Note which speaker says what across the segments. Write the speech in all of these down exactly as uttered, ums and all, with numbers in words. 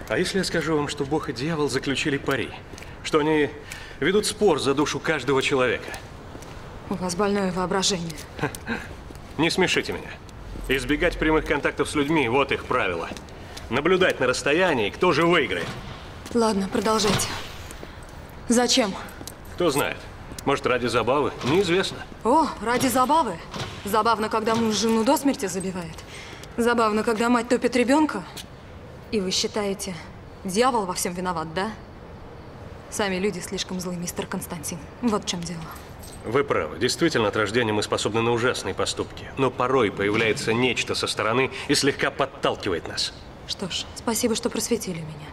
Speaker 1: А если я скажу вам, что Бог и дьявол заключили пари? Что они ведут спор за душу каждого человека?
Speaker 2: У вас больное воображение.
Speaker 1: Не смешите меня. Избегать прямых контактов с людьми – вот их правило. Наблюдать на расстоянии, кто же выиграет.
Speaker 2: Ладно, продолжайте. Зачем?
Speaker 1: Кто знает. Может, ради забавы? Неизвестно.
Speaker 2: О, ради забавы? Забавно, когда муж жену до смерти забивает. Забавно, когда мать топит ребенка. И вы считаете, дьявол во всем виноват, да? Сами люди слишком злы, мистер Константин. Вот в чем дело.
Speaker 1: Вы правы. Действительно, от рождения мы способны на ужасные поступки. Но порой появляется нечто со стороны и слегка подталкивает нас.
Speaker 2: Что ж, спасибо, что просветили меня.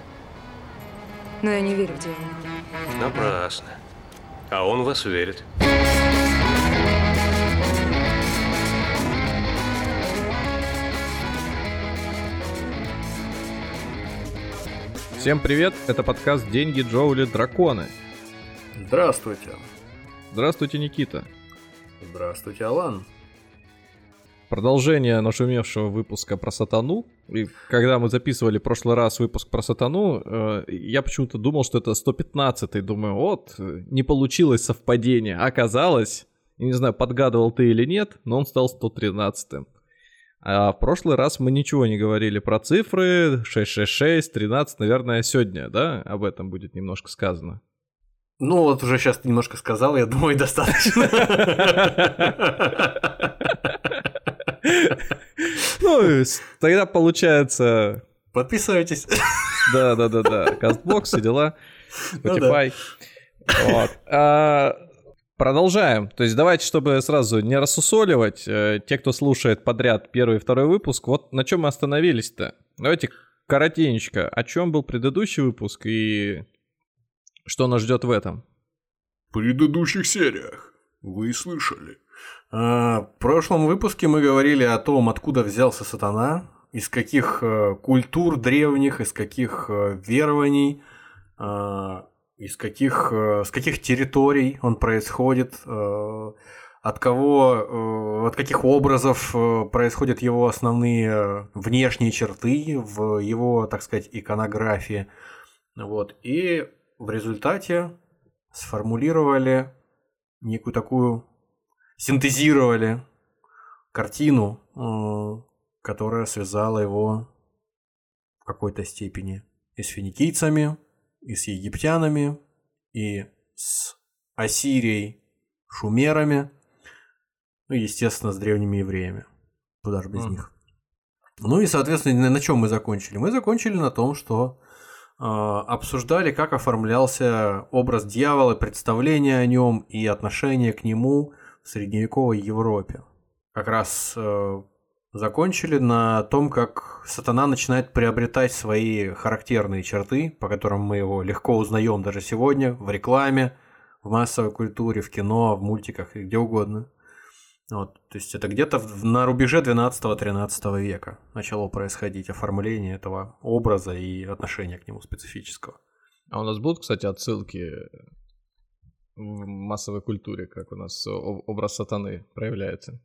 Speaker 2: Но я не верю в дьявола.
Speaker 1: Напрасно. А он в вас верит.
Speaker 3: Всем привет, это подкаст «Деньги, Джоули, драконы».
Speaker 4: Здравствуйте.
Speaker 3: Здравствуйте, Никита.
Speaker 4: Здравствуйте, Алан.
Speaker 3: Продолжение нашумевшего выпуска про сатану. И когда мы записывали в прошлый раз выпуск про сатану, э, я почему-то думал, что это сто пятнадцатый. Думаю, вот, не получилось совпадение. Оказалось, не знаю, подгадывал ты или нет, но он стал сто тринадцатым. А в прошлый раз мы ничего не говорили про цифры. шесть шесть шесть, тринадцать, наверное, сегодня, да? Об этом будет немножко сказано.
Speaker 4: Ну, вот уже сейчас ты немножко сказал, я думаю, достаточно.
Speaker 3: Ну, тогда получается...
Speaker 4: Подписывайтесь.
Speaker 3: Да-да-да-да, Кастбокс, все дела, Spotify. Вот. А, продолжаем. То есть давайте, чтобы сразу не рассусоливать, те, кто слушает подряд первый и второй выпуск, вот на чем мы остановились-то? Давайте коротенько. О чем был предыдущий выпуск и что нас ждет в этом?
Speaker 4: В предыдущих сериях вы слышали. А, в прошлом выпуске мы говорили о том, откуда взялся сатана, из каких э, культур древних, из каких э, верований, э, из каких, э, с каких территорий он происходит, э, от кого, э, от каких образов э, происходят его основные внешние черты в его, так сказать, иконографии. Вот. И в результате сформулировали некую такую, синтезировали картину, которая связала его в какой-то степени и с финикийцами, и с египтянами, и с Ассирией, шумерами, ну и, естественно, с древними евреями. Куда же без mm. них. Ну и, соответственно, на чем мы закончили? Мы закончили на том, что э, обсуждали, как оформлялся образ дьявола, представление о нем и отношение к нему в средневековой Европе. Как раз э, закончили на том, как сатана начинает приобретать свои характерные черты, по которым мы его легко узнаем даже сегодня в рекламе, в массовой культуре, в кино, в мультиках и где угодно. Вот, то есть это где-то на рубеже двенадцатого-тринадцатого века начало происходить оформление этого образа и отношения к нему специфического.
Speaker 3: А у нас будут, кстати, отсылки в массовой культуре, как у нас образ сатаны проявляется?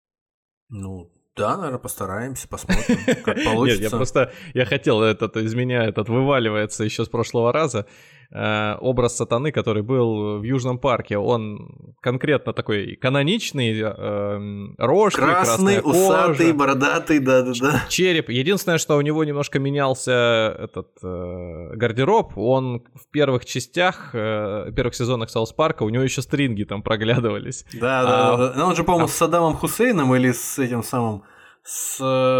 Speaker 4: Ну, да, наверное, постараемся, посмотрим, как получится.
Speaker 3: Нет, я просто, я хотел этот, из меня этот вываливается еще с прошлого раза, э, образ сатаны, который был в Южном парке, он конкретно такой каноничный, э, рожки,
Speaker 4: красный, усатый, бородатый, да-да-да.
Speaker 3: Череп. Единственное, что у него немножко менялся этот э, гардероб, он в первых частях, э, в первых сезонах Саус Парка, у него еще стринги там проглядывались.
Speaker 4: Да-да-да, а, он же, по-моему, а... с Саддамом Хусейном или с этим самым, с,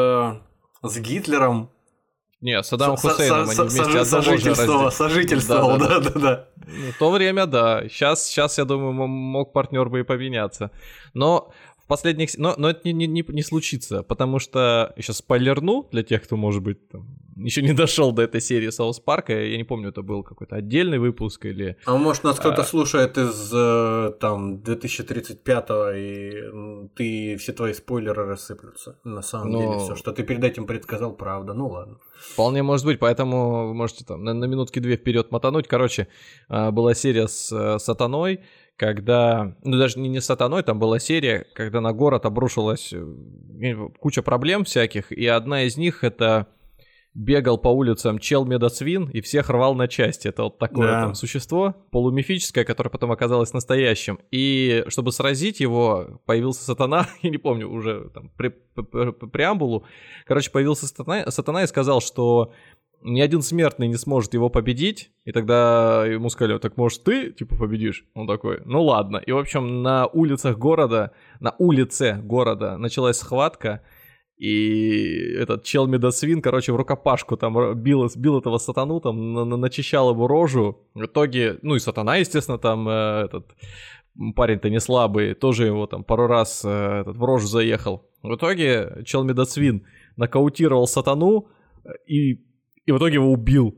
Speaker 4: с Гитлером.
Speaker 3: Не, с Саддамом Хусейном они вместе
Speaker 4: сожительствовал, сожительствовал, да-да-да.
Speaker 3: В то время, да. Сейчас, сейчас, я думаю, мог партнер бы и поменяться. Но в последних... Но, но это не, не, не, не случится, потому что... Сейчас спойлерну для тех, кто, может быть, там, еще не дошел до этой серии Саус Парка. Я не помню, это был какой-то отдельный выпуск или...
Speaker 4: А может, нас кто-то а... слушает из там две тысячи тридцать пятого, и ты, все твои спойлеры рассыплются. На самом но... деле, все, что ты перед этим предсказал, правда. Ну ладно.
Speaker 3: Вполне может быть, поэтому вы можете там на, на минутки две вперед мотануть. Короче, была серия с сатаной, когда, ну даже не, не сатаной, там была серия, когда на город обрушилась куча проблем всяких, и одна из них это бегал по улицам чел-медосвин и всех рвал на части. Это вот такое
Speaker 4: Да.
Speaker 3: там существо полумифическое, которое потом оказалось настоящим. И чтобы сразить его, появился сатана, я не помню уже там пре- пре- пре- преамбулу. Короче, появился сатана, сатана и сказал, что ни один смертный не сможет его победить. И тогда ему сказали, так может ты, типа, победишь? Он такой, ну ладно. И, в общем, на улицах города, на улице города началась схватка. И этот чел-медосвин, короче, в рукопашку там бил, бил этого сатану, там на- на- начищал его рожу. В итоге, ну и сатана, естественно, там э, этот парень-то не слабый, тоже его там пару раз э, этот, в рожу заехал. В итоге чел-медосвин нокаутировал сатану и, и в итоге его убил.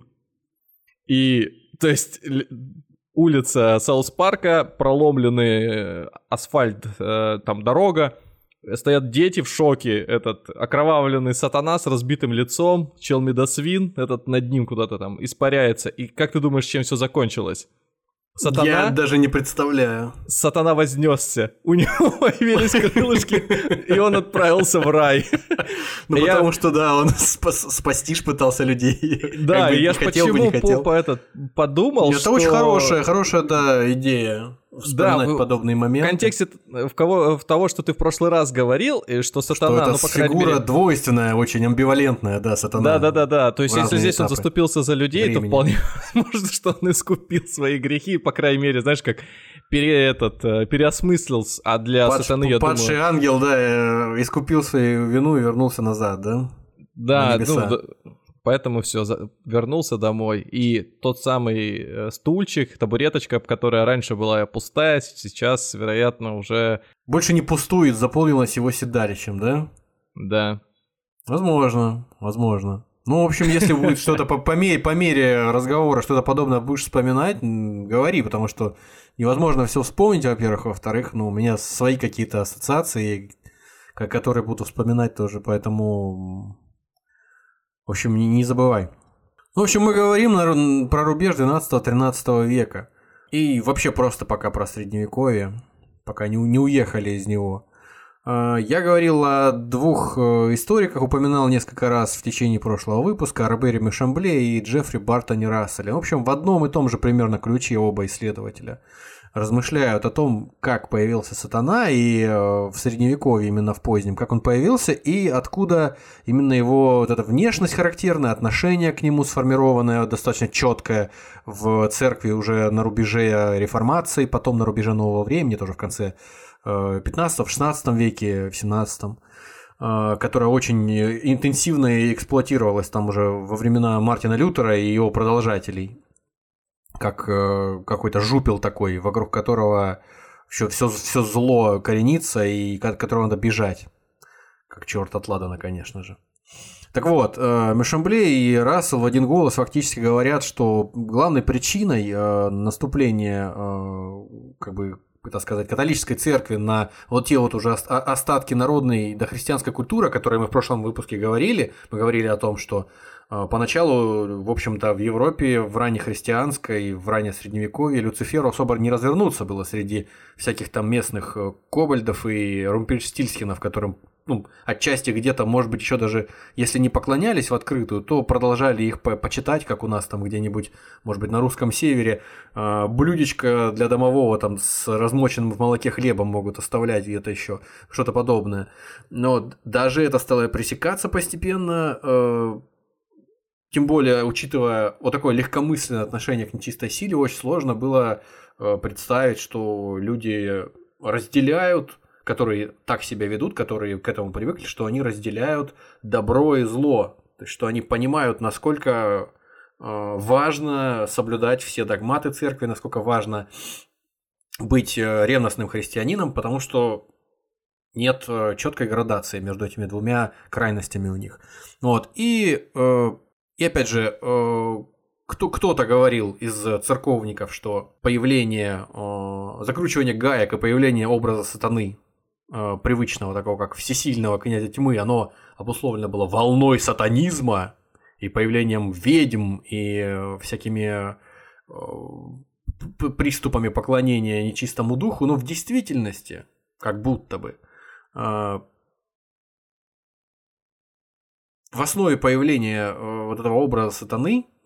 Speaker 3: И, то есть, л- улица Саус-Парка, проломленный асфальт, э, там дорога, стоят дети в шоке, этот окровавленный сатана с разбитым лицом, чел-медосвин, этот над ним куда-то там испаряется. И как ты думаешь, чем все закончилось? Сатана,
Speaker 4: Я даже не представляю.
Speaker 3: сатана вознесся, у него появились крылышки, и он отправился в рай.
Speaker 4: Ну,
Speaker 3: Я-
Speaker 4: потому что, да, он спас- спасти ж пытался людей.
Speaker 3: Да,
Speaker 4: Как бы
Speaker 3: и я
Speaker 4: не
Speaker 3: ж
Speaker 4: хотел бы,
Speaker 3: почему
Speaker 4: не хотел.
Speaker 3: по, по этот, подумал,
Speaker 4: Это
Speaker 3: что...
Speaker 4: очень хорошая, хорошая, да, идея. Вспоминать
Speaker 3: в-
Speaker 4: подобные
Speaker 3: В
Speaker 4: моменты.
Speaker 3: контексте в кого, в того, что ты в прошлый раз говорил, и что
Speaker 4: что
Speaker 3: сатана,
Speaker 4: это
Speaker 3: ну, по крайней
Speaker 4: фигура
Speaker 3: мере...
Speaker 4: двойственная, очень амбивалентная, да, сатана.
Speaker 3: Да-да-да-да, то есть
Speaker 4: в
Speaker 3: если
Speaker 4: разные
Speaker 3: здесь он
Speaker 4: этапы
Speaker 3: заступился за людей,
Speaker 4: времени.
Speaker 3: то вполне возможно, что он искупил свои грехи, по крайней мере, знаешь, как пере, этот, э, переосмыслил, а для
Speaker 4: Падш-
Speaker 3: сатаны, я
Speaker 4: падший
Speaker 3: думаю...
Speaker 4: ангел, да, э, искупил свою вину и вернулся назад, да?
Speaker 3: Да,
Speaker 4: на
Speaker 3: ну,
Speaker 4: небеса.
Speaker 3: да, поэтому все, вернулся домой, и тот самый э, стульчик, табуреточка, которая раньше была пустая, сейчас, вероятно, уже,
Speaker 4: Больше не пустует, заполнилась его седалищем, да?
Speaker 3: да...
Speaker 4: Возможно, возможно. Ну, в общем, если будет что-то по, по, мере, по мере разговора, что-то подобное будешь вспоминать, м, говори, потому что невозможно все вспомнить, во-первых, во-вторых, ну, у меня свои какие-то ассоциации, ко- которые буду вспоминать тоже, поэтому, в общем, не, не забывай. Ну, в общем, мы говорим наверно, про рубеж двенадцатого-тринадцатого века. И вообще просто пока про Средневековье, пока не, у- не уехали из него. А, Я говорил о двух э, историках, упоминал несколько раз в течение прошлого выпуска, о Робере Мешамбле и Джеффри Бартоне Расселе. В общем, в одном и том же примерно ключе оба исследователя размышляют о том, как появился сатана и э, в Средневековье, именно в позднем, как он появился и откуда именно его вот эта внешность характерная, отношение к нему сформированное, достаточно четкое в церкви уже на рубеже реформации, потом на рубеже нового времени, тоже в конце пятнадцатом-шестнадцатом веке, в семнадцатом, которая очень интенсивно эксплуатировалась там уже во времена Мартина Лютера и его продолжателей, как э, какой-то жупел такой, вокруг которого все, все, все зло коренится и от которого надо бежать, как черт от ладана, конечно же. Так вот, э, Мешамбле и Рассел в один голос фактически говорят, что главной причиной э, наступления, э, как бы, так сказать, католической церкви на вот те вот уже остатки народной дохристианской культуры, о которой мы в прошлом выпуске говорили. Мы говорили о том, что э, поначалу, в общем-то, в Европе, в раннехристианской, в раннесредневековье Люциферу особо не развернуться было среди всяких там местных э, кобальдов и румпельштильцхенов, которым, ну, отчасти где-то, может быть, еще даже, если не поклонялись в открытую, то продолжали их по- почитать, как у нас там где-нибудь, может быть, на русском севере, э, блюдечко для домового там с размоченным в молоке хлебом могут оставлять где-то еще, что-то подобное. Но даже это стало пресекаться постепенно, э, тем более, учитывая вот такое легкомысленное отношение к нечистой силе, очень сложно было э, представить, что люди разделяют, которые так себя ведут, которые к этому привыкли, что они разделяют добро и зло, то есть что они понимают, насколько э, важно соблюдать все догматы церкви, насколько важно быть э, ревностным христианином, потому что нет э, четкой градации между этими двумя крайностями у них. Вот. И, э, и опять же, э, кто, кто-то говорил из церковников, что появление, э, закручивание гаек и появление образа сатаны, привычного такого, как всесильного князя тьмы, оно обусловлено было волной сатанизма и появлением ведьм и всякими приступами поклонения нечистому духу, но в действительности, как будто бы, в основе появления э, вот этого образа сатаны э,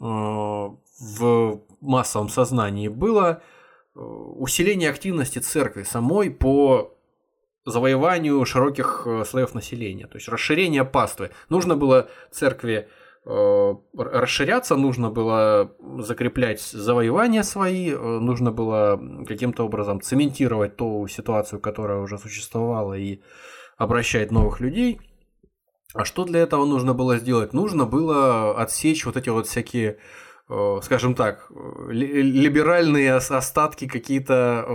Speaker 4: в массовом сознании было э, усиление активности церкви самой по завоеванию широких э, слоев населения, то есть расширение паствы. Нужно было церкви э, расширяться, нужно было закреплять завоевания свои, э, нужно было каким-то образом цементировать ту ситуацию, которая уже существовала, и обращать новых людей. А что для этого нужно было сделать? Нужно было отсечь вот эти вот всякие, э, скажем так, ли, либеральные остатки какие-то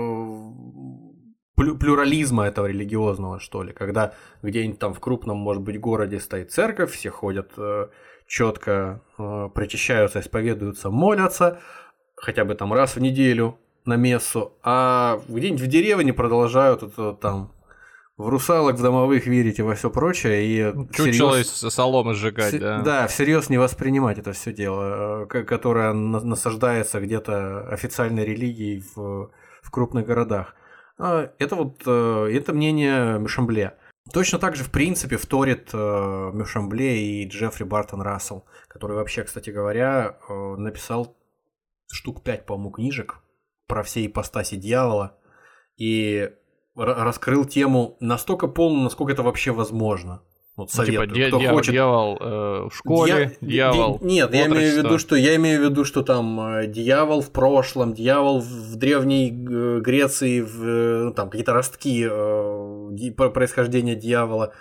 Speaker 4: э, плюрализма этого религиозного, что ли, когда где-нибудь там в крупном, может быть, городе стоит церковь, все ходят э, четко, э, причащаются, исповедуются, молятся, хотя бы там раз в неделю на мессу, а где-нибудь в деревне продолжают это там в русалок, в домовых верить и во все прочее, и
Speaker 3: чучело из соломы сжигать,
Speaker 4: в...
Speaker 3: да.
Speaker 4: Да, всерьез не воспринимать это все дело, которое насаждается где-то официальной религией в, в крупных городах. Это вот это мнение Мюшамбле. Точно так же, в принципе, вторит Мюшамбле и Джеффри Бартон Рассел, который вообще, кстати говоря, написал штук пять, по-моему, книжек про все ипостаси дьявола и раскрыл тему настолько полно, насколько это вообще возможно. Вот советую.
Speaker 3: Ну, типа,
Speaker 4: кто
Speaker 3: дьявол,
Speaker 4: хочет...
Speaker 3: дьявол э, в школе,
Speaker 4: Дья...
Speaker 3: дьявол.
Speaker 4: Ди... Нет, я имею в виду, что я имею в виду, что там э, дьявол в прошлом, дьявол в древней э, Греции, в, э, там какие-то ростки э, ди... происхождения дьявола,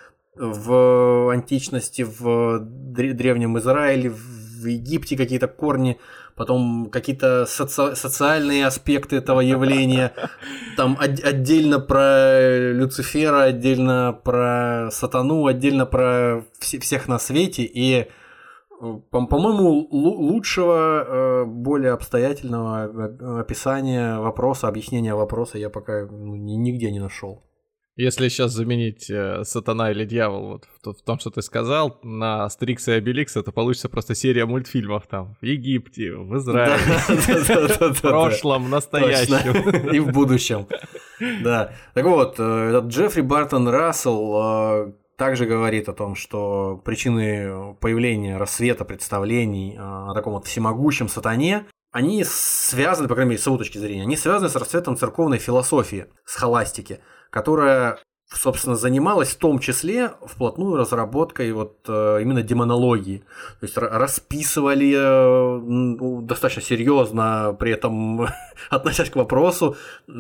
Speaker 4: в античности, в древнем Израиле, в Египте какие-то корни, потом какие-то соци... социальные аспекты этого явления, там от... отдельно про Люцифера, отдельно про сатану, отдельно про вс... всех на свете, и, по-моему, лучшего, более обстоятельного описания вопроса, объяснения вопроса я пока нигде не нашел.
Speaker 3: Если сейчас заменить э, сатана или дьявол вот в, в том, что ты сказал, на Астерикса и Обеликса, то получится просто серия мультфильмов там в Египте, в Израиле, в прошлом, в настоящем.
Speaker 4: И в будущем. Да. Так вот, этот Джеффри Бартон Рассел также говорит о том, что причины появления рассвета представлений о таком вот всемогущем сатане, они связаны, по крайней мере, с его точки зрения, они связаны с расцветом церковной философии, схоластики, которая, собственно, занималась в том числе вплотную разработкой вот именно демонологии. То есть расписывали ну, достаточно серьезно, при этом относясь к вопросу,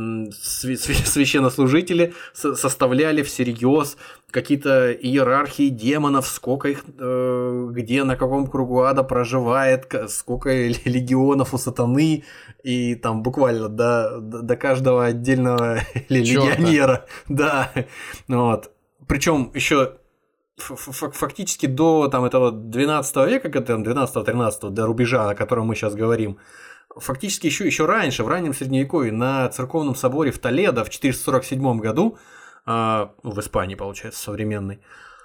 Speaker 4: священнослужители составляли всерьез какие-то иерархии демонов, сколько их, где, на каком кругу ада проживает, сколько легионов у сатаны, и там буквально до, до каждого отдельного легионера. Да, вот. Причем еще фактически до там, этого двенадцатого века, двенадцатого-тринадцатого, до рубежа, о котором мы сейчас говорим, фактически еще, еще раньше, в раннем Средневековье, на церковном соборе в Толедо в четыреста сорок седьмом году, в Испании, получается, современной,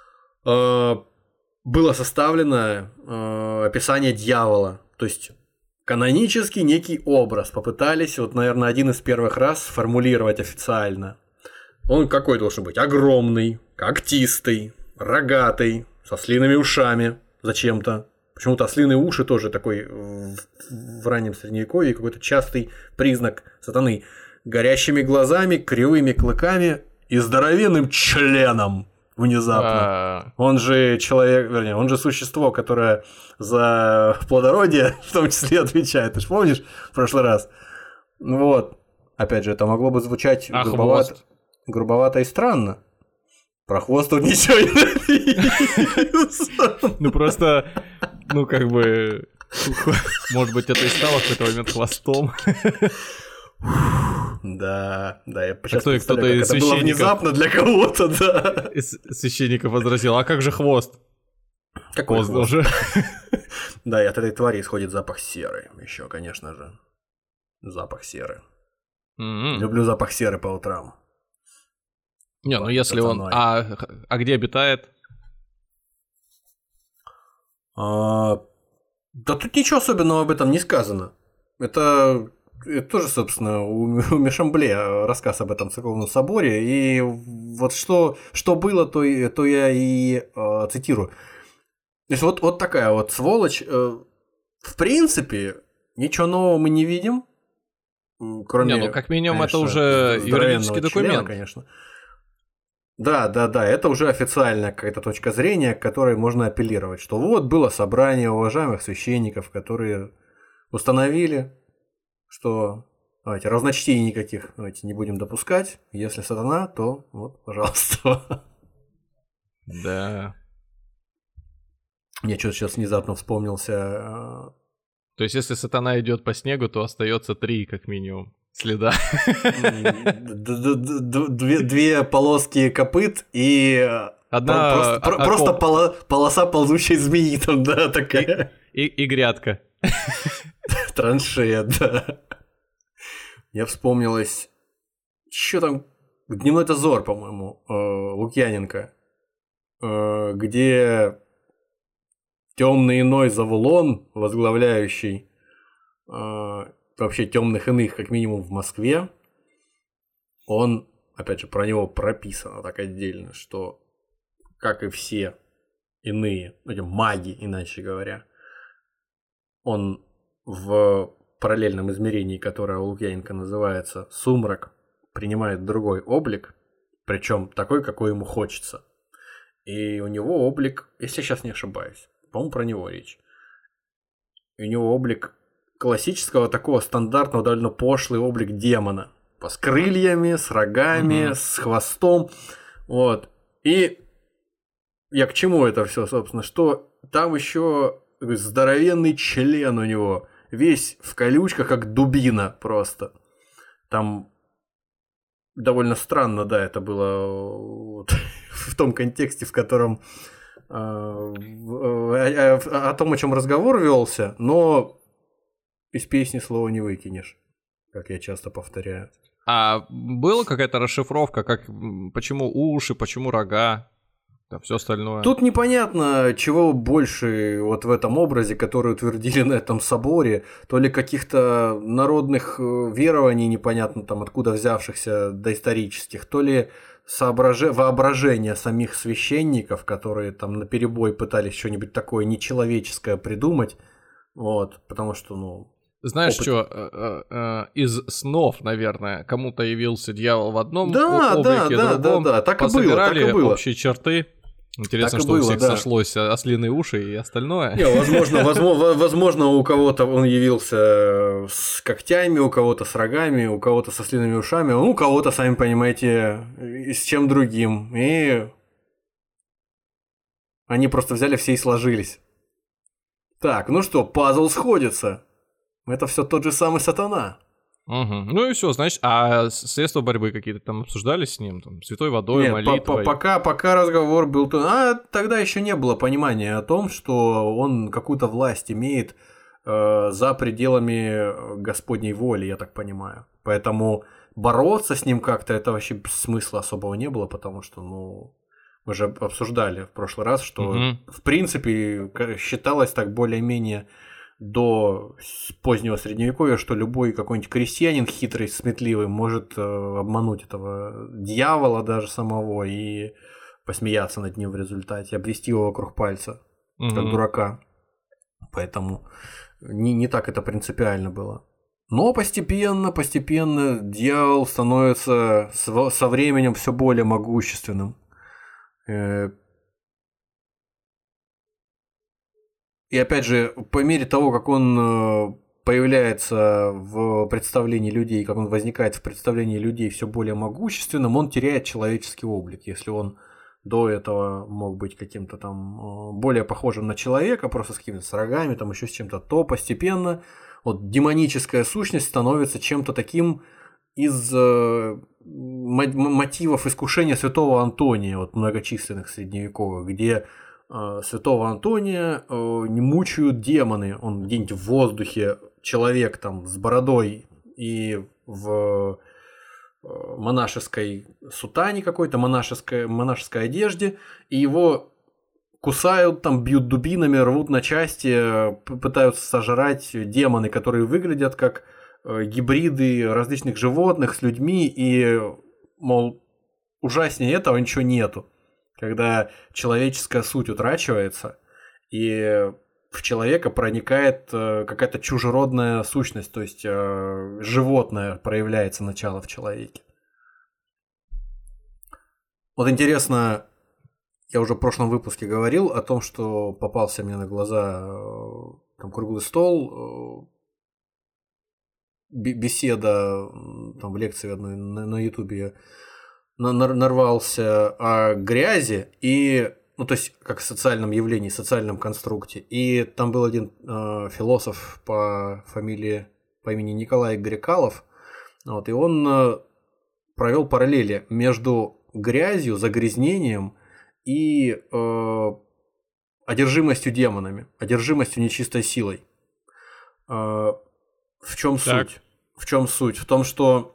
Speaker 4: было составлено описание дьявола. То есть канонический некий образ попытались, вот, наверное, один из первых раз сформулировать официально. Он какой должен быть? Огромный, когтистый, рогатый, со слиными ушами зачем-то. Почему-то ослиные уши тоже такой в, в раннем Средневековье какой-то частый признак сатаны. Горящими глазами, кривыми клыками и здоровенным членом внезапно. Он же человек, вернее, он же существо, которое за плодородие в том числе отвечает. Ты же помнишь в прошлый раз? Вот. Опять же, это могло бы звучать
Speaker 3: а
Speaker 4: грубовато, грубовато и странно. Про хвост тут ничего не написано.
Speaker 3: Ну просто, ну как бы, может быть, это и стало в какой-то момент хвостом.
Speaker 4: Да, да, я сейчас
Speaker 3: кто,
Speaker 4: представляю, как
Speaker 3: из
Speaker 4: это было внезапно для кого-то, да.
Speaker 3: Из священников возразил, а как же хвост?
Speaker 4: Какой
Speaker 3: хвост?
Speaker 4: хвост?
Speaker 3: Уже?
Speaker 4: Да, и от этой твари исходит запах серы еще, конечно же. Запах серы.
Speaker 3: Mm-hmm.
Speaker 4: Люблю запах серы по утрам.
Speaker 3: Не, ну если он... А, а где обитает?
Speaker 4: А, да тут ничего особенного об этом не сказано. Это... Это тоже, собственно, у Мюшамбле рассказ об этом церковном соборе. И вот что, что было, то, то я и э, цитирую. То есть вот, вот такая вот сволочь. В принципе, ничего нового мы не видим. Кроме,
Speaker 3: не, ну как минимум
Speaker 4: конечно,
Speaker 3: это уже юридический
Speaker 4: члена,
Speaker 3: документ.
Speaker 4: Конечно. Да, да, да, это уже официальная какая-то точка зрения, к которой можно апеллировать, что вот было собрание уважаемых священников, которые установили, что давайте, разночтений никаких давайте, не будем допускать, если сатана, то вот, пожалуйста.
Speaker 3: Да.
Speaker 4: Мне что-то сейчас внезапно вспомнился.
Speaker 3: То есть, если сатана идет по снегу, то остается три, как минимум, следа.
Speaker 4: Две, две полоски копыт и
Speaker 3: одна
Speaker 4: просто, просто поло, полоса ползущей змеи там, да, такая.
Speaker 3: И, и, и грядка.
Speaker 4: Траншея, да. Я вспомнилась. Еще там Дневной дозор, по-моему, Лукьяненко, где темный иной Завулон, возглавляющий вообще темных иных, как минимум в Москве, он, опять же, про него прописано так отдельно, что, как и все иные, эти маги, иначе говоря, он в параллельном измерении, которое у Лукьяненко называется сумрак, принимает другой облик, причем такой, какой ему хочется. И у него облик, если я сейчас не ошибаюсь, по-моему, про него речь. И у него облик классического, такого стандартного, довольно пошлый облик демона. С крыльями, с рогами, угу. с хвостом. Вот. И я к чему это все, собственно, что там еще здоровенный член у него, весь в колючках, как дубина просто. Там довольно странно, да, это было вот, в том контексте, в котором э, о, о, о том, о чем разговор велся, но из песни слова не выкинешь, как я часто повторяю.
Speaker 3: А была какая-то расшифровка, как почему уши, почему рога? Да, все остальное.
Speaker 4: Тут непонятно, чего больше вот в этом образе, который утвердили на этом соборе, то ли каких-то народных верований непонятно там откуда взявшихся доисторических, то ли соображе... воображения самих священников, которые там наперебой пытались что-нибудь такое нечеловеческое придумать, вот, потому что, ну...
Speaker 3: Знаешь,
Speaker 4: опыт...
Speaker 3: что, из снов, наверное, кому-то явился дьявол в одном
Speaker 4: да,
Speaker 3: облике,
Speaker 4: да,
Speaker 3: в другом,
Speaker 4: да, да, так и было, так и было.
Speaker 3: Общие черты. Интересно,
Speaker 4: так
Speaker 3: что
Speaker 4: было,
Speaker 3: у всех
Speaker 4: да.
Speaker 3: сошлось ослиные уши и остальное.
Speaker 4: Не, возможно, возможно, возможно, у кого-то он явился с когтями, у кого-то с рогами, у кого-то со ослиными ушами, у кого-то, сами понимаете, с чем другим. И они просто взяли все и сложились. Так, ну что, пазл сходится. Это все тот же самый сатана.
Speaker 3: Угу. Ну и все, значит, а средства борьбы какие-то там обсуждались с ним, там, святой водой,
Speaker 4: Нет,
Speaker 3: молитвой?
Speaker 4: Пока, пока разговор был, а тогда еще не было понимания о том, что он какую-то власть имеет э, за пределами Господней воли, я так понимаю. Поэтому бороться с ним как-то, это вообще смысла особого не было, потому что, ну, мы же обсуждали в прошлый раз, что угу. в принципе считалось так более-менее до позднего средневековья, что любой какой-нибудь крестьянин хитрый, сметливый может э, обмануть этого дьявола даже самого и посмеяться над ним в результате, обвести его вокруг пальца, mm-hmm. как дурака. Поэтому не, не так это принципиально было. Но постепенно, постепенно дьявол становится со, со временем все более могущественным. Э, И опять же, по мере того, как он появляется в представлении людей, как он возникает в представлении людей все более могущественным, он теряет человеческий облик. Если он до этого мог быть каким-то там более похожим на человека, просто с какими-то с рогами, там еще с чем-то, то постепенно вот демоническая сущность становится чем-то таким из мотивов искушения святого Антония, вот многочисленных средневековых, где святого Антония не мучают демоны, он где-нибудь в воздухе, человек там с бородой и в монашеской сутане какой-то, монашеской, монашеской одежде, и его кусают, там бьют дубинами, рвут на части, пытаются сожрать демоны, которые выглядят как гибриды различных животных с людьми, и, мол, ужаснее этого ничего нету. Когда человеческая суть утрачивается, и в человека проникает какая-то чужеродная сущность, то есть животное проявляется начало в человеке. Вот интересно, я уже в прошлом выпуске говорил о том, что попался мне на глаза там круглый стол, беседа там в лекции одной на Ютубе нарвался о грязи и, ну то есть как социальном явлении, социальном конструкте. И там был один э, философ по фамилии, по имени Николай Грекалов, вот, и он э, провел параллели между грязью, загрязнением и э, одержимостью демонами, одержимостью нечистой силой. Э, в чем суть? В чем суть? В том, что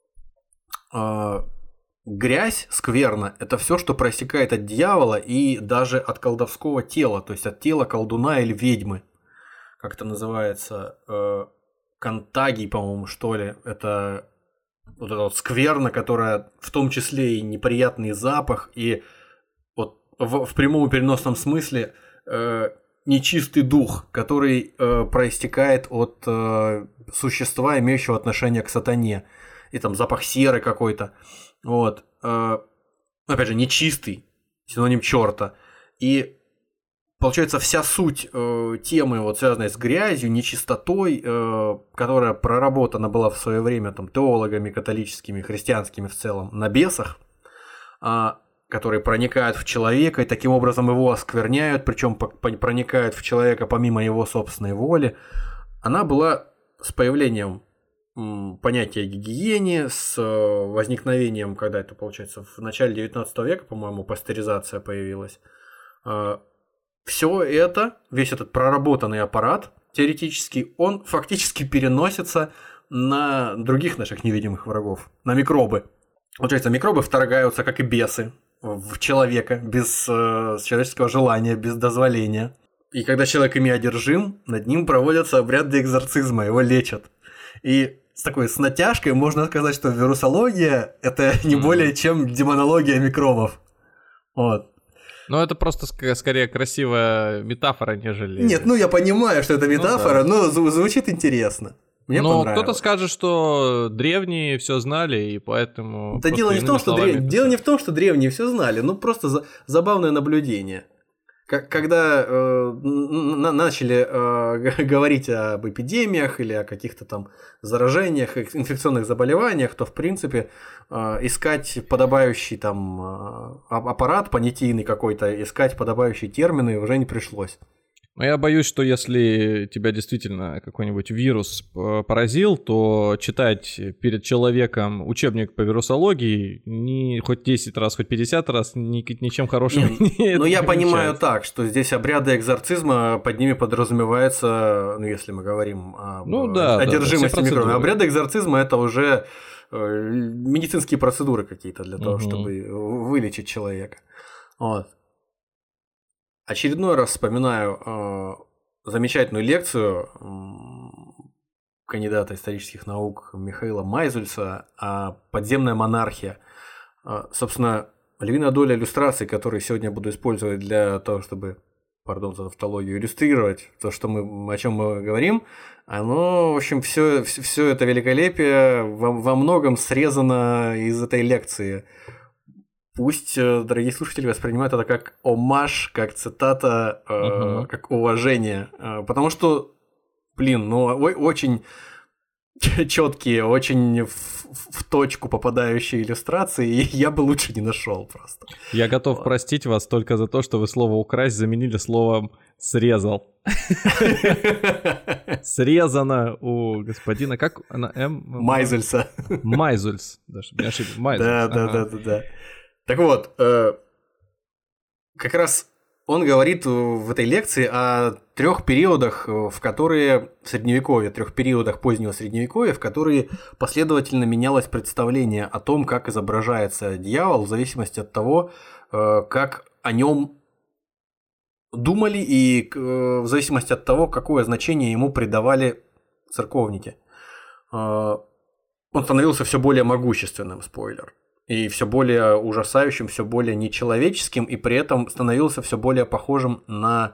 Speaker 4: э, грязь, скверна – это все, что проистекает от дьявола и даже от колдовского тела, то есть от тела колдуна или ведьмы, как это называется, э, контагий, по-моему, что ли. Это вот эта вот скверна, которая в том числе и неприятный запах, и вот в, в прямом и переносном смысле э, нечистый дух, который э, проистекает от э, существа, имеющего отношение к сатане, и там запах серы какой-то. Вот. Опять же, нечистый, синоним черта. И получается, вся суть э, темы, вот, связанной с грязью, нечистотой, э, которая проработана была в свое время там, теологами католическими, христианскими в целом, на бесах, э, которые проникают в человека и таким образом его оскверняют, причем проникают в человека помимо его собственной воли, она была с появлением понятие гигиене, с возникновением, когда это получается в начале девятнадцатого века, по-моему, пастеризация появилась. Все это, весь этот проработанный аппарат теоретически, он фактически переносится на других наших невидимых врагов, на микробы. Получается, микробы вторгаются, как и бесы, в человека без человеческого желания, без дозволения. И когда человек ими одержим, над ним проводятся обряды экзорцизма, его лечат. И с такой с натяжкой можно сказать, что вирусология – это не более чем демонология микробов. Вот.
Speaker 3: Ну, это просто ск- скорее красивая метафора, нежели…
Speaker 4: Нет, ну я понимаю, что это метафора, ну, да. но зв- звучит интересно. Мне
Speaker 3: но
Speaker 4: понравилось.
Speaker 3: Кто-то скажет, что древние все знали, и поэтому…
Speaker 4: Да дело не, в том, что древ... дело не в том, что древние все знали, ну просто за... забавное наблюдение. Когда э, начали э, говорить об эпидемиях или о каких-то там заражениях, инфекционных заболеваниях, то в принципе э, искать подобающий там э, аппарат понятийный какой-то, искать подобающие термины уже не пришлось.
Speaker 3: Но я боюсь, что если тебя действительно какой-нибудь вирус поразил, то читать перед человеком учебник по вирусологии не хоть десять раз, хоть пятьдесят раз ни, ничем хорошим не
Speaker 4: Ну, я понимаю так, что здесь обряды экзорцизма, под ними подразумевается, ну, если мы говорим об
Speaker 3: ну, да,
Speaker 4: одержимости
Speaker 3: да,
Speaker 4: микробами. Обряды экзорцизма – это уже медицинские процедуры какие-то для того, угу. чтобы вылечить человека. Вот. Очередной раз вспоминаю э, замечательную лекцию э, кандидата исторических наук Михаила Майзульса о подземной монархии. Э, собственно, львиная доля иллюстраций, которые сегодня буду использовать для того, чтобы, пардон за тавтологию, иллюстрировать то, что мы, о чем мы говорим, оно, в общем, все, все это великолепие во, во многом срезано из этой лекции. Пусть, дорогие слушатели, воспринимают это как омаж, как цитата, э, uh-huh. как уважение. Э, потому что, блин, ну, очень четкие, очень в, в точку попадающие иллюстрации, и я бы лучше не нашел просто.
Speaker 3: Я готов вот. простить вас только за то, что вы слово «украсть» заменили словом «срезал». Срезано у господина, как она, М?
Speaker 4: Майзельса.
Speaker 3: Майзульс, да, чтобы не ошибиться.
Speaker 4: Да, да, да, да, да. Так вот, э, как раз он говорит в этой лекции о трех периодах, в которые в средневековье, трех периодах позднего средневековья, в которые последовательно менялось представление о том, как изображается дьявол, в зависимости от того, э, как о нем думали и э, в зависимости от того, какое значение ему придавали церковники. Э, он становился все более могущественным, спойлер. И все более ужасающим, все более нечеловеческим, и при этом становился все более похожим на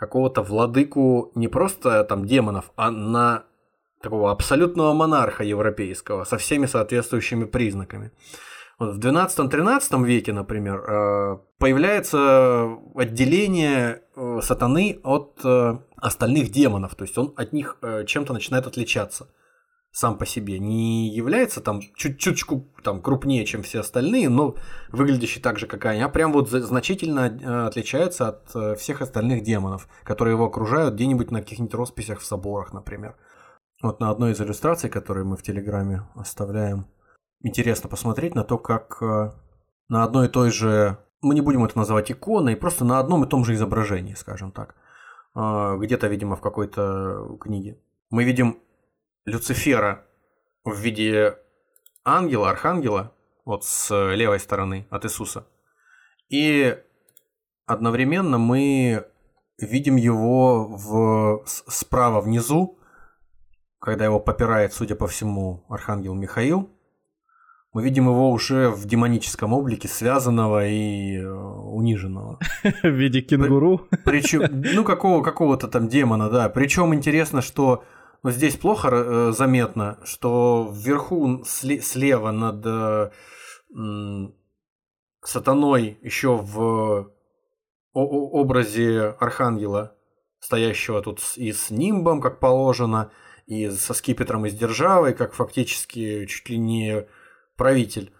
Speaker 4: какого-то владыку не просто там демонов, а на такого абсолютного монарха европейского со всеми соответствующими признаками. Вот в двенадцатом-тринадцатом веке, например, появляется отделение сатаны от остальных демонов, то есть он от них чем-то начинает отличаться сам по себе. Не является там чуть-чуточку там крупнее, чем все остальные, но выглядящий так же, как они, а прям вот значительно отличается от всех остальных демонов, которые его окружают где-нибудь на каких-нибудь росписях в соборах, например. Вот на одной из иллюстраций, которые мы в Телеграме оставляем, интересно посмотреть на то, как на одной и той же, мы не будем это называть иконой, просто на одном и том же изображении, скажем так, где-то, видимо, в какой-то книге, мы видим Люцифера в виде ангела, архангела, вот с левой стороны от Иисуса, и одновременно мы видим его в, справа внизу, когда его попирает, судя по всему, архангел Михаил. Мы видим его уже в демоническом облике, связанного и э, униженного.
Speaker 3: В виде кенгуру?
Speaker 4: Причем, ну, какого, какого-то там демона, да. Причем интересно, что ну, здесь плохо э, заметно, что вверху сле- слева над э, э, сатаной еще в о- образе архангела, стоящего тут и с нимбом, как положено, и со скипетром и с державой, как фактически чуть ли не правитель.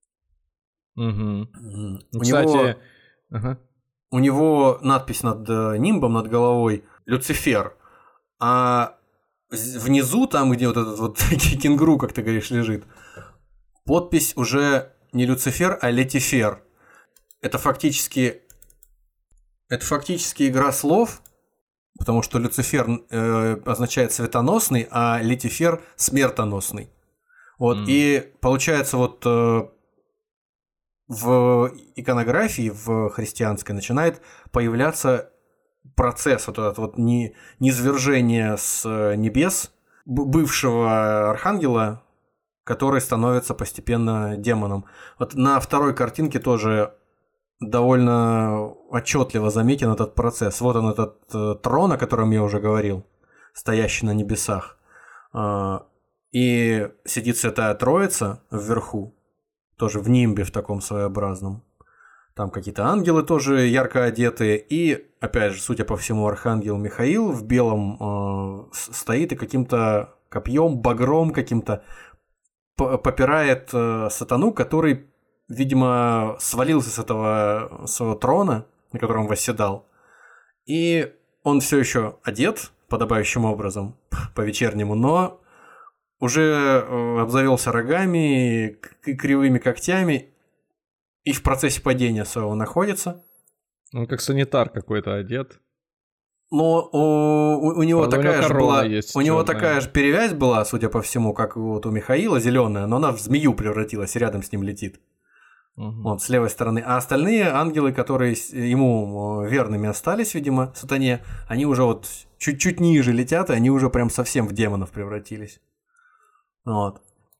Speaker 3: Угу.
Speaker 4: У,
Speaker 3: Кстати,
Speaker 4: него,
Speaker 3: ага.
Speaker 4: у него надпись над нимбом, над головой Люцифер, а внизу, там, где вот этот вот кенгуру, как ты говоришь, лежит, подпись уже не Люцифер, а Летифер. Это фактически, это фактически игра слов, потому что Люцифер э, означает светоносный, а Летифер смертоносный. Вот, mm. и получается, вот э, в иконографии, в христианской, начинает появляться процесс вот этот вот низвержение с небес бывшего архангела, который становится постепенно демоном. Вот на второй картинке тоже довольно отчетливо заметен этот процесс. Вот он, этот э, трон, о котором я уже говорил, стоящий на небесах. Э, и сидит Святая Троица вверху, тоже в нимбе в таком своеобразном. Там какие-то ангелы тоже ярко одетые. И, опять же, судя по всему, архангел Михаил в белом э, стоит и каким-то копьем, багром каким-то попирает э, сатану, который, видимо, свалился с этого своего трона, на котором восседал, и он все еще одет подобающим образом по-вечернему, но уже обзавелся рогами и кривыми когтями и в процессе падения своего находится.
Speaker 3: Он как санитар какой-то одет.
Speaker 4: Но у, у него
Speaker 3: Правда,
Speaker 4: такая
Speaker 3: у него
Speaker 4: же была,
Speaker 3: есть
Speaker 4: у него
Speaker 3: чёрная.
Speaker 4: такая же перевязь была, судя по всему, как вот у Михаила, зеленая, но она в змею превратилась и рядом с ним летит. Угу. Вот, с левой стороны. А остальные ангелы, которые ему верными остались, видимо, сатане, они уже вот чуть-чуть ниже летят, и они уже прям совсем в демонов превратились. Вот.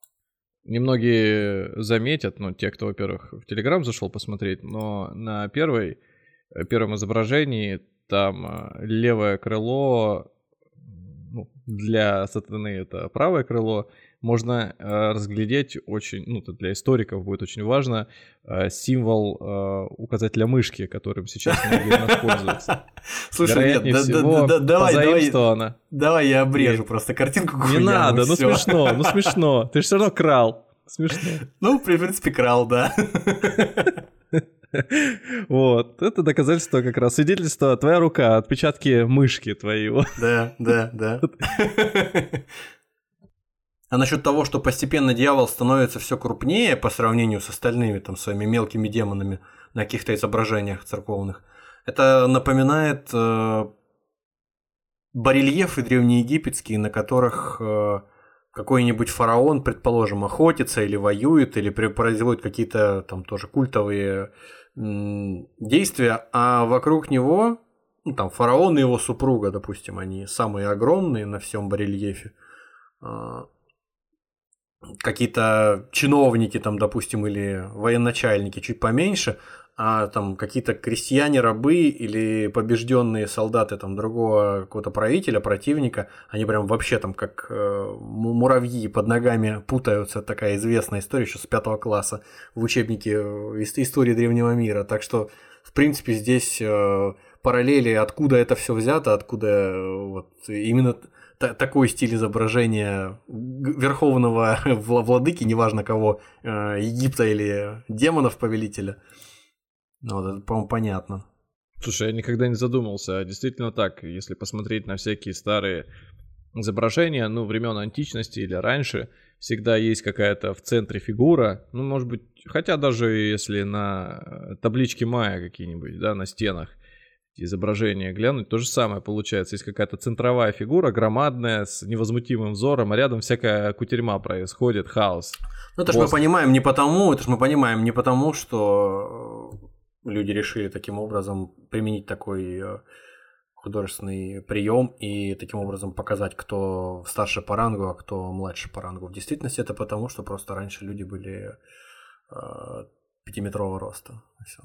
Speaker 3: Немногие заметят, ну, те, кто, во-первых, в Телеграм зашел посмотреть, но на первой, первом изображении там левое крыло, ну, для сатаны это правое крыло, можно э, разглядеть очень, ну, это для историков будет очень важно, э, символ э, указателя мышки, которым сейчас многие нас пользуются.
Speaker 4: Слушай, нет, да, да, да, давай,
Speaker 3: давай,
Speaker 4: давай я обрежу нет. просто картинку.
Speaker 3: Не надо, ну всё. смешно, ну смешно, ты же все равно крал, смешно.
Speaker 4: Ну, в принципе, крал, да.
Speaker 3: Вот, это доказательство как раз, свидетельство, твоя рука, отпечатки мышки твоего.
Speaker 4: Да, да, да. А насчет того, что постепенно дьявол становится все крупнее по сравнению с остальными там своими мелкими демонами на каких-то изображениях церковных, это напоминает э, барельефы древнеегипетские, на которых э, какой-нибудь фараон, предположим, охотится или воюет, или производит какие-то там тоже культовые м- действия, а вокруг него, ну, там фараон и его супруга, допустим, они самые огромные на всем барельефе. Э, какие-то чиновники там, допустим, или военачальники чуть поменьше, а там какие-то крестьяне-рабы или побежденные солдаты там другого какого-то правителя, противника, они прям вообще там как э, муравьи под ногами путаются. Такая известная история еще с пятого класса в учебнике истории древнего мира. Так что, в принципе, здесь э, параллели, откуда это все взято, откуда э, вот именно т- такой стиль изображения верховного владыки, неважно кого, э, Египта или демонов-повелителя. Ну, вот это, по-моему, понятно.
Speaker 3: Слушай, я никогда не задумался. Действительно так, если посмотреть на всякие старые изображения, ну, времен античности или раньше, всегда есть какая-то в центре фигура, ну, может быть, хотя даже если на табличке майя какие-нибудь, да, на стенах изображения глянуть, то же самое получается. Есть какая-то центровая фигура, громадная, с невозмутимым взором, а рядом всякая кутерьма происходит, хаос.
Speaker 4: Ну, это же мы понимаем не потому, это же мы понимаем не потому, что люди решили таким образом применить такой художественный прием и таким образом показать, кто старше по рангу, а кто младше по рангу. В действительности это потому, что просто раньше люди были э, пятиметрового роста.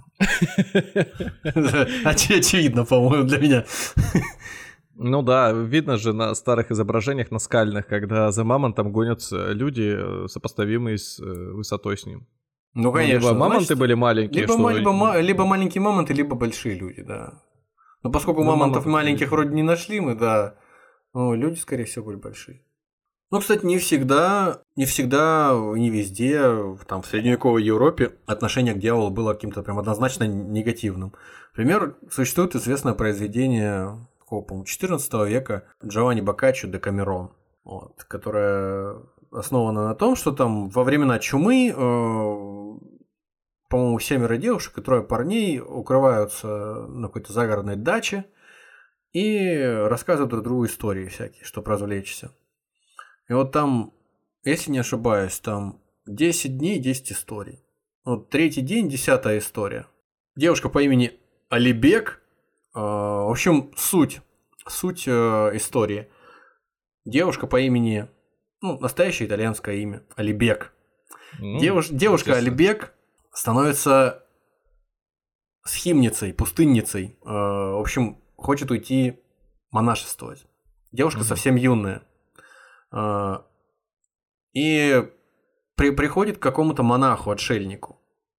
Speaker 4: Очевидно, по-моему, для меня.
Speaker 3: Ну да, видно же на старых изображениях наскальных, когда за мамонтом гонятся люди, сопоставимые с высотой с ним.
Speaker 4: Ну, конечно.
Speaker 3: Либо мамонты значит, были маленькие,
Speaker 4: либо,
Speaker 3: что...
Speaker 4: либо, либо маленькие мамонты, либо большие люди, да. Но поскольку ну, мамонтов маленьких были. Вроде не нашли мы, да, ну, люди, скорее всего, были большие. Ну, кстати, не всегда, не всегда, не везде, там, в средневековой Европе отношение к дьяволу было каким-то прям однозначно негативным. Например, существует известное произведение, по-моему, четырнадцатого века Джованни Боккаччо «Декамерон», вот, которое основано на том, что там во времена чумы, э, по-моему, семеро девушек и трое парней укрываются на какой-то загородной даче и рассказывают друг другу истории всякие, чтобы развлечься. И вот там, если не ошибаюсь, там десять дней, десять историй. Вот третий день, десятая история. Девушка по имени Алибек, э, в общем, суть, суть э, истории. Девушка по имени... Ну, настоящее итальянское имя. Алибек. Ну, Девуш... Девушка Алибек становится схимницей, пустынницей. Э, в общем, хочет уйти монашествовать. Девушка mm-hmm. совсем юная. Э, и при... приходит к какому-то монаху-отшельнику.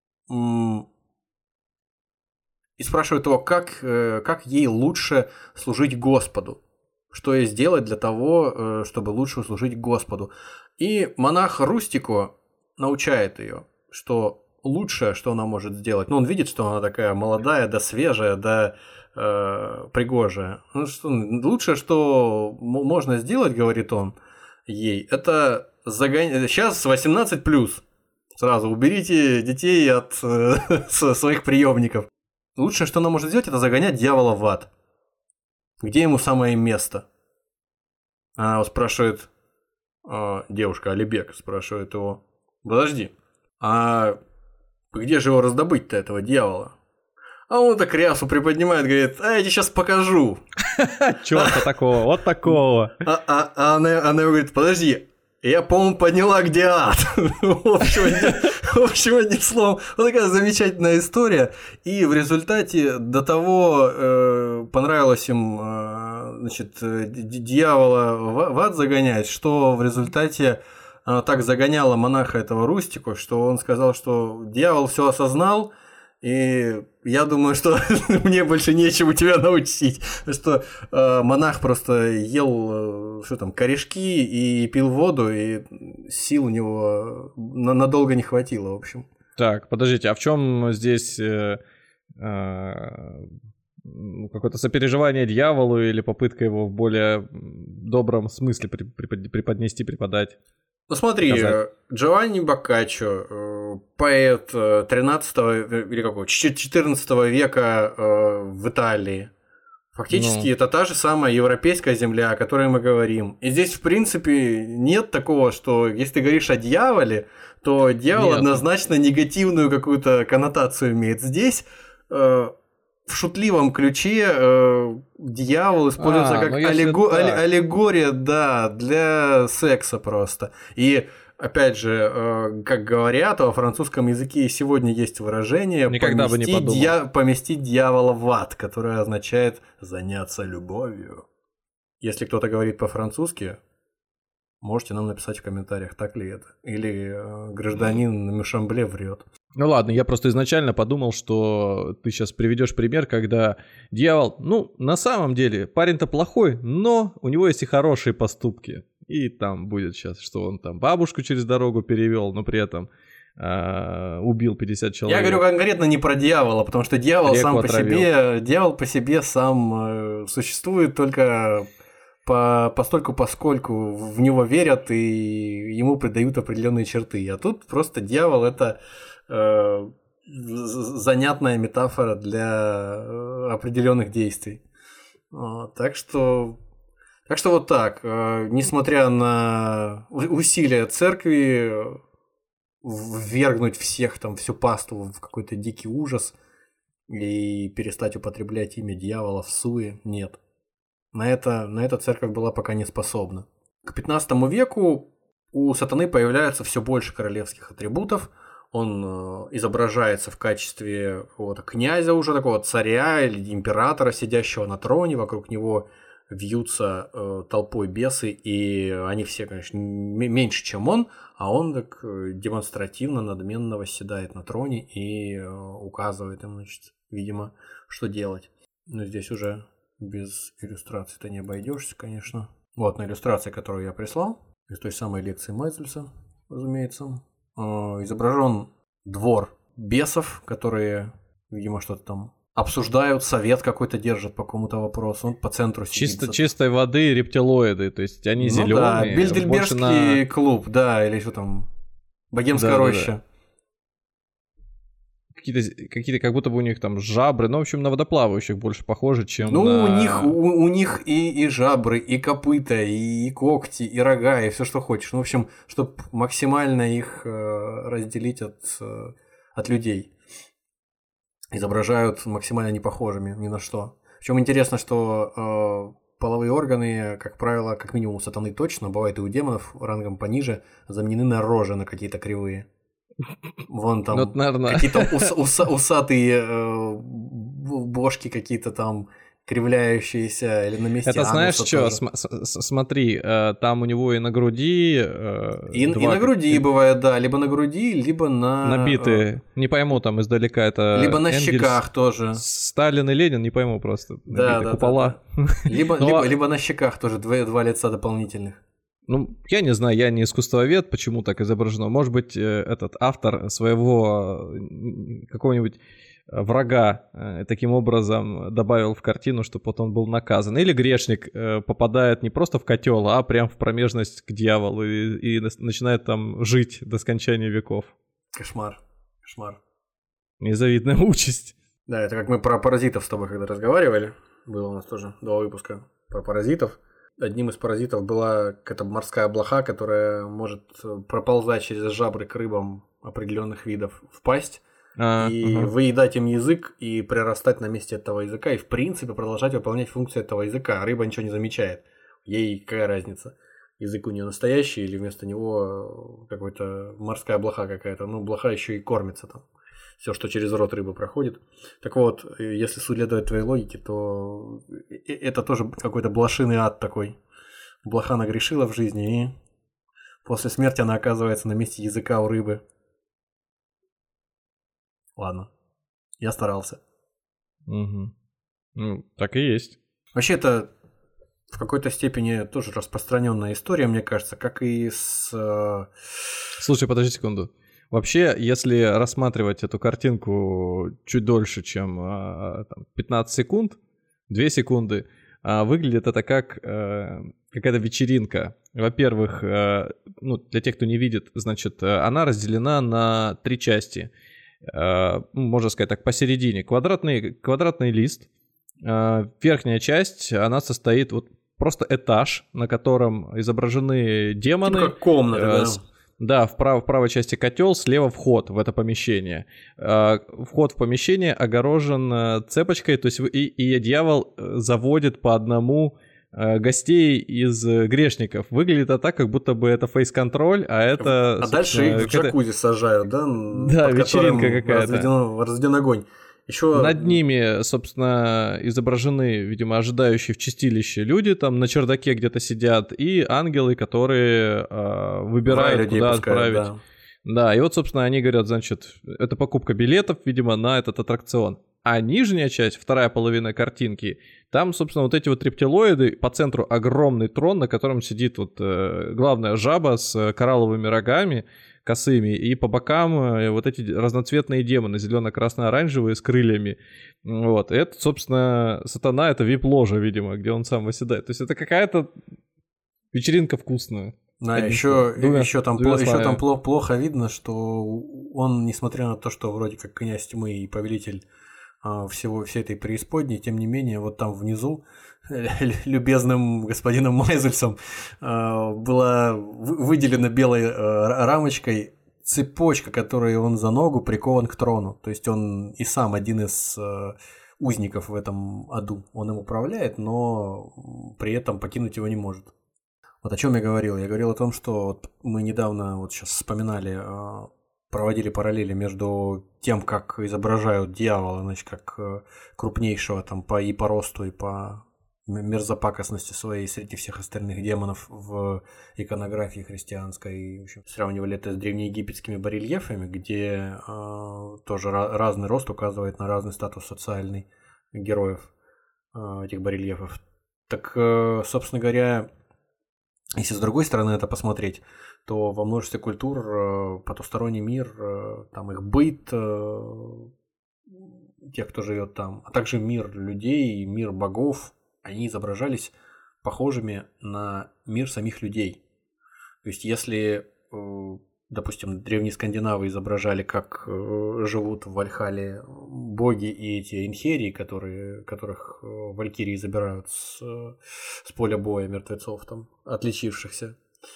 Speaker 4: И спрашивает его, как, э, как ей лучше служить Господу. Что ей сделать для того, чтобы лучше служить Господу. И монах Рустико научает ее, что лучшее, что она может сделать, ну, он видит, что она такая молодая, да свежая, да э, пригожая. Ну, что, лучшее, что можно сделать, говорит он ей, это загонять... Сейчас восемнадцать плюс. Сразу уберите детей от э, своих приемников. Лучшее, что она может сделать, это загонять дьявола в ад. Где ему самое место? Она спрашивает, э, девушка Алибек спрашивает его, подожди, а где же его раздобыть-то, этого дьявола? А он так рясу приподнимает, говорит, а я тебе сейчас покажу.
Speaker 3: Чё-то такого, вот такого.
Speaker 4: А она говорит, подожди, я, по-моему, поняла, где ад. В общем, одним словом, вот такая замечательная история. И в результате до того э, понравилось им э, значит, дьявола в ад загонять, что в результате э, так загоняло монаха этого Рустику, что он сказал, что дьявол все осознал. И я думаю, что мне больше нечему тебя научить. Что э, монах просто ел э, что там, корешки и пил воду, и сил у него на- надолго не хватило, в общем.
Speaker 3: Так, подождите, а в чем здесь э, э, какое-то сопереживание дьяволу или попытка его в более добром смысле преподнести, преподать?
Speaker 4: Ну смотри, сказать. Джованни Боккаччо, поэт тринадцатого или какого, четырнадцатого века в Италии. Фактически ну. это та же самая европейская земля, о которой мы говорим. И здесь, в принципе, нет такого, что если ты говоришь о дьяволе, то дьявол нет. однозначно негативную какую-то коннотацию имеет. Здесь э, в шутливом ключе э, дьявол используется а, как аллего... да. аллегория, да, для секса просто. И Опять же, как говорят, во французском языке сегодня есть выражение
Speaker 3: Никогда бы не подумал.
Speaker 4: Дья... «поместить дьявола в ад», которое означает «заняться любовью». Если кто-то говорит по-французски, можете нам написать в комментариях, так ли это. Или э, гражданин Мюшамбле врет.
Speaker 3: Ну ладно, я просто изначально подумал, что ты сейчас приведешь пример, когда дьявол, ну, на самом деле, парень-то плохой, но у него есть и хорошие поступки. И там будет сейчас, что он там бабушку через дорогу перевел, но при этом э, убил пятьдесят человек.
Speaker 4: Я говорю конкретно не про дьявола, потому что дьявол
Speaker 3: Реку
Speaker 4: сам
Speaker 3: отравил.
Speaker 4: по себе, дьявол по себе сам э, существует только по, постольку, поскольку в него верят и ему придают определенные черты. А тут просто дьявол это э, занятная метафора для э, определенных действий. Вот, так что. Так что вот так, несмотря на усилия церкви ввергнуть всех, там, всю паству в какой-то дикий ужас и перестать употреблять имя дьявола в суе, нет. На это, на это церковь была пока не способна. К пятнадцатому веку у сатаны появляется все больше королевских атрибутов. Он изображается в качестве вот, князя уже, такого царя или императора, сидящего на троне, вокруг него вьются э, толпой бесы, и они все, конечно, м- меньше, чем он, а он так э, демонстративно, надменно восседает на троне и э, указывает им, значит, видимо, что делать. Но здесь уже без иллюстрации-то не обойдешься, конечно. Вот, на иллюстрации, которую я прислал, из той самой лекции Майзельса, разумеется, э, изображен двор бесов, которые, видимо, что-то там обсуждают, совет какой-то держат по какому-то вопросу, он по центру сидит.
Speaker 3: Чисто, чистой воды рептилоиды, то есть они
Speaker 4: ну,
Speaker 3: зеленые.
Speaker 4: Да, Бильдельбергский
Speaker 3: на...
Speaker 4: клуб, да, или что там, Богемская
Speaker 3: да,
Speaker 4: роща.
Speaker 3: Да, да. Какие-то, какие-то, как будто бы у них там жабры, ну, в общем, на водоплавающих больше похоже, чем
Speaker 4: ну,
Speaker 3: на...
Speaker 4: у них, у, у них и, и жабры, и копыта, и, и когти, и рога, и все, что хочешь. Ну, в общем, чтобы максимально их э, разделить от, э, от людей. Изображают максимально непохожими ни на что. Причем интересно, что э, половые органы, как правило, как минимум у сатаны точно, бывает и у демонов рангом пониже, заменены на рожи, на какие-то кривые. Вон там
Speaker 3: ну, наверное...
Speaker 4: какие-то ус, ус, усатые э, бошки какие-то там кривляющиеся или на месте
Speaker 3: это знаешь что,
Speaker 4: см-
Speaker 3: смотри, э, там у него и на груди... Э,
Speaker 4: и,
Speaker 3: два...
Speaker 4: и на груди бывает, да, либо на груди, либо на...
Speaker 3: Набитые,
Speaker 4: э,
Speaker 3: не пойму там издалека, это...
Speaker 4: Либо на
Speaker 3: Энгельс,
Speaker 4: щеках тоже.
Speaker 3: Сталин и Ленин, не пойму просто.
Speaker 4: Да, да,
Speaker 3: купола.
Speaker 4: Да, да. Либо,
Speaker 3: Но...
Speaker 4: либо, либо на щеках тоже два, два лица дополнительных.
Speaker 3: Ну, я не знаю, я не искусствовед, почему так изображено. Может быть, этот автор своего какого-нибудь врага таким образом добавил в картину, чтобы вот он был наказан. Или грешник попадает не просто в котел, а прям в промежность к дьяволу и, и начинает там жить до скончания веков.
Speaker 4: Кошмар, кошмар.
Speaker 3: Незавидная участь.
Speaker 4: Да, это как мы про паразитов с тобой когда разговаривали. Было у нас тоже два выпуска про паразитов. Одним из паразитов была какая-то морская блоха, которая может проползать через жабры к рыбам определенных видов в пасть а, и угу. выедать им язык и прирастать на месте этого языка и в принципе продолжать выполнять функцию этого языка. Рыба ничего не замечает. Ей какая разница? Язык у нее настоящий или вместо него какой-то морская блоха какая-то. Ну, блоха еще и кормится там. Все, что через рот рыбы проходит. Так вот, если следовать твоей логике, то это тоже какой-то блошиный ад такой. Блоха нагрешила в жизни, и после смерти она оказывается на месте языка у рыбы. Ладно, я старался.
Speaker 3: Угу. Ну, так и есть.
Speaker 4: Вообще, это в какой-то степени тоже распространенная история, мне кажется, как и с...
Speaker 3: Слушай, подожди секунду. Вообще, если рассматривать эту картинку чуть дольше, чем там, пятнадцать секунд, две секунды, выглядит это как какая-то вечеринка. Во-первых, ну, для тех, кто не видит, значит, она разделена на три части. Можно сказать так, посередине. Квадратный, квадратный лист. Верхняя часть, она состоит вот просто этаж, на котором изображены демоны.
Speaker 4: Типа как комната, да.
Speaker 3: Да, в, прав, в правой части котел, слева вход в это помещение. Э, вход в помещение огорожен цепочкой, то есть и, и дьявол заводит по одному э, гостей из э, грешников. Выглядит это так, как будто бы это фейс-контроль, а это...
Speaker 4: А дальше их в джакузи сажают, да?
Speaker 3: Да,
Speaker 4: под
Speaker 3: вечеринка какая-то.
Speaker 4: Разведен, разведен огонь. Еще...
Speaker 3: Над ними, собственно, изображены, видимо, ожидающие в чистилище люди, там на чердаке где-то сидят, и ангелы, которые э, выбирают, куда отправить. Да. да, и вот, собственно, они говорят, значит, это покупка билетов, видимо, на этот аттракцион. А нижняя часть, вторая половина картинки, там, собственно, вот эти вот рептилоиды, по центру огромный трон, на котором сидит вот э, главная жаба с коралловыми рогами, косыми, и по бокам вот эти разноцветные демоны, зелено-красно-оранжевые с крыльями. Вот. И это, собственно, сатана, это вип-ложа, видимо, где он сам восседает. То есть это какая-то вечеринка вкусная.
Speaker 4: Да, еще, двумя, еще, там, плохо, еще там плохо, плохо видно, что он, несмотря на то, что вроде как князь тьмы и повелитель а, всего, всей этой преисподней, тем не менее, вот там внизу любезным господином Майзельсом э, была выделена белой э, рамочкой цепочка, которой он за ногу прикован к трону. То есть он и сам один из э, узников в этом аду. Он им управляет, но при этом покинуть его не может. Вот о чем я говорил. Я говорил о том, что вот мы недавно вот сейчас вспоминали, э, проводили параллели между тем, как изображают дьявола, значит, как э, крупнейшего там по и по росту, и по мерзопакостности своей среди всех остальных демонов в иконографии христианской. В общем, сравнивали это с древнеегипетскими барельефами, где э, тоже ra- разный рост указывает на разный статус социальный героев э, этих барельефов. Так, э, собственно говоря, если с другой стороны это посмотреть, то во множестве культур э, потусторонний мир, э, там их быт, э, тех, кто живет там, а также мир людей, мир богов, они изображались похожими на мир самих людей. То есть, если, допустим, древние скандинавы изображали, как живут в Вальхалле боги и эти инхерии, которые, которых валькирии забирают с, с поля боя мертвецов, там, отличившихся,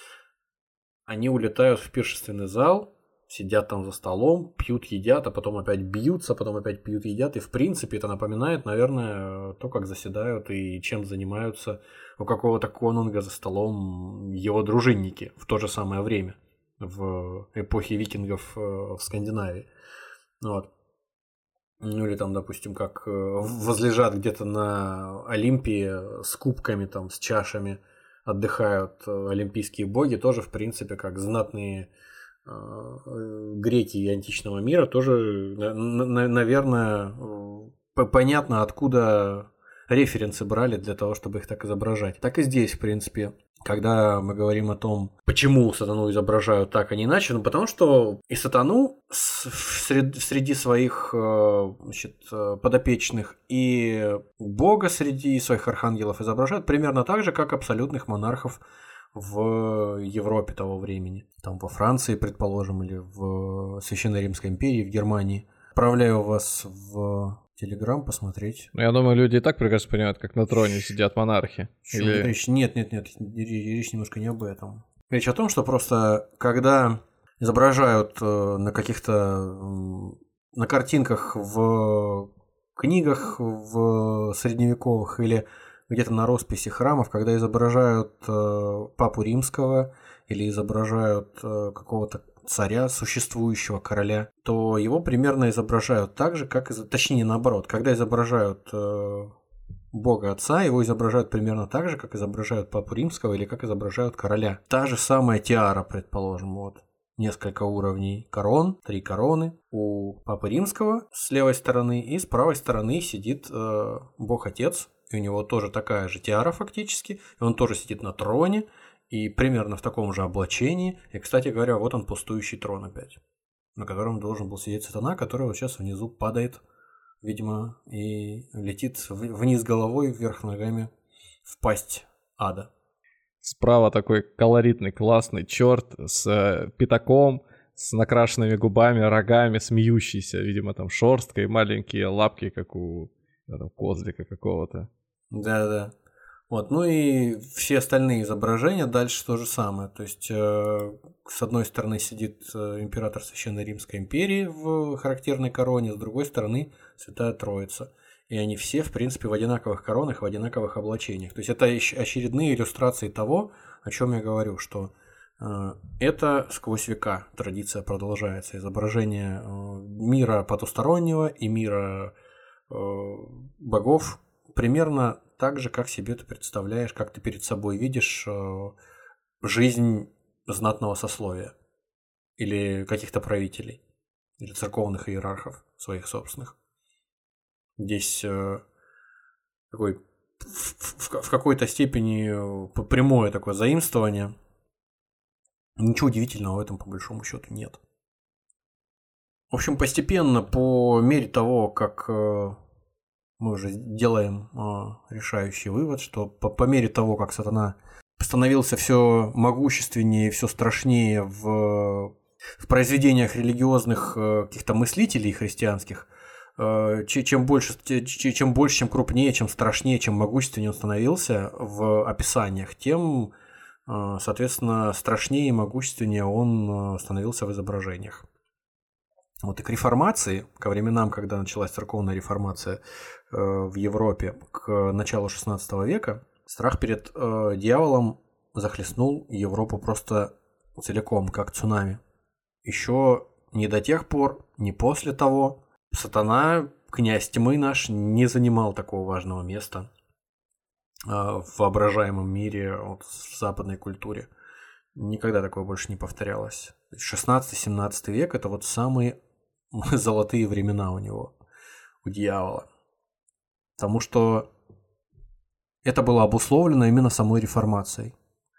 Speaker 4: они улетают в пиршественный зал, сидят там за столом, пьют, едят, а потом опять бьются, потом опять пьют, едят. И в принципе это напоминает, наверное, то, как заседают и чем занимаются у какого-то конунга за столом его дружинники в то же самое время, в эпохе викингов в Скандинавии. Вот. Ну или там, допустим, как возлежат где-то на Олимпе с кубками, там, с чашами, отдыхают олимпийские боги, тоже в принципе как знатные греки античного мира, тоже, наверное, понятно, откуда референсы брали для того, чтобы их так изображать. Так и здесь, в принципе, когда мы говорим о том, почему сатану изображают так, а не иначе, ну потому что и сатану среди своих, значит, подопечных, и бога среди своих архангелов изображают примерно так же, как абсолютных монархов в Европе того времени. Там во Франции, предположим, или в Священной Римской империи, в Германии. Отправляю вас в Телеграм посмотреть.
Speaker 3: Ну, я думаю, люди и так прекрасно понимают, как на троне сидят монархи.
Speaker 4: Или... Речь... Нет, нет, нет, речь немножко не об этом. Речь о том, что просто когда изображают на каких-то... на картинках в книгах в средневековых или где-то на росписи храмов, когда изображают э, Папу Римского или изображают э, какого-то царя, существующего короля, то его примерно изображают так же, как... Точнее, наоборот. Когда изображают э, Бога Отца, его изображают примерно так же, как изображают Папу Римского или как изображают короля. Та же самая тиара, предположим, вот. Несколько уровней корон, три короны. У Папы Римского с левой стороны и с правой стороны сидит э, Бог Отец. И у него тоже такая же тиара фактически, и он тоже сидит на троне, и примерно в таком же облачении. И, кстати говоря, вот он пустующий трон опять, на котором должен был сидеть сатана, который вот сейчас внизу падает, видимо, и летит вниз головой, вверх ногами в пасть ада.
Speaker 3: Справа такой колоритный, классный черт с э, пятаком, с накрашенными губами, рогами, смеющийся, видимо, там шерсткой, маленькие лапки, как у там, козлика какого-то.
Speaker 4: Да-да. Вот, ну и все остальные изображения дальше то же самое. То есть, э, с одной стороны сидит император Священной Римской империи в характерной короне, с другой стороны Святая Троица. И они все, в принципе, в одинаковых коронах, в одинаковых облачениях. То есть это очередные иллюстрации того, о чем я говорю, что э, это сквозь века традиция продолжается. Изображение э, мира потустороннего и мира э, богов примерно так же, как себе ты представляешь, как ты перед собой видишь э, жизнь знатного сословия или каких-то правителей, или церковных иерархов своих собственных. Здесь э, такой в, в, в какой-то степени прямое такое заимствование. Ничего удивительного в этом по большому счету нет. В общем, постепенно, по мере того, как э, мы уже делаем э, решающий вывод, что по, по мере того, как сатана становился все могущественнее, все страшнее в, в произведениях религиозных э, каких-то мыслителей христианских, чем больше, чем больше, чем крупнее, чем страшнее, чем могущественнее он становился в описаниях, тем, соответственно, страшнее и могущественнее он становился в изображениях. Вот и к реформации, ко временам, когда началась церковная реформация в Европе, к началу шестнадцатого века, страх перед дьяволом захлестнул Европу просто целиком, как цунами. Еще не до тех пор, не после того, сатана, князь тьмы наш, не занимал такого важного места в воображаемом мире, вот, в западной культуре. Никогда такое больше не повторялось. шестнадцатый-семнадцатый век – это вот самые золотые времена у него, у дьявола. Потому что это было обусловлено именно самой реформацией.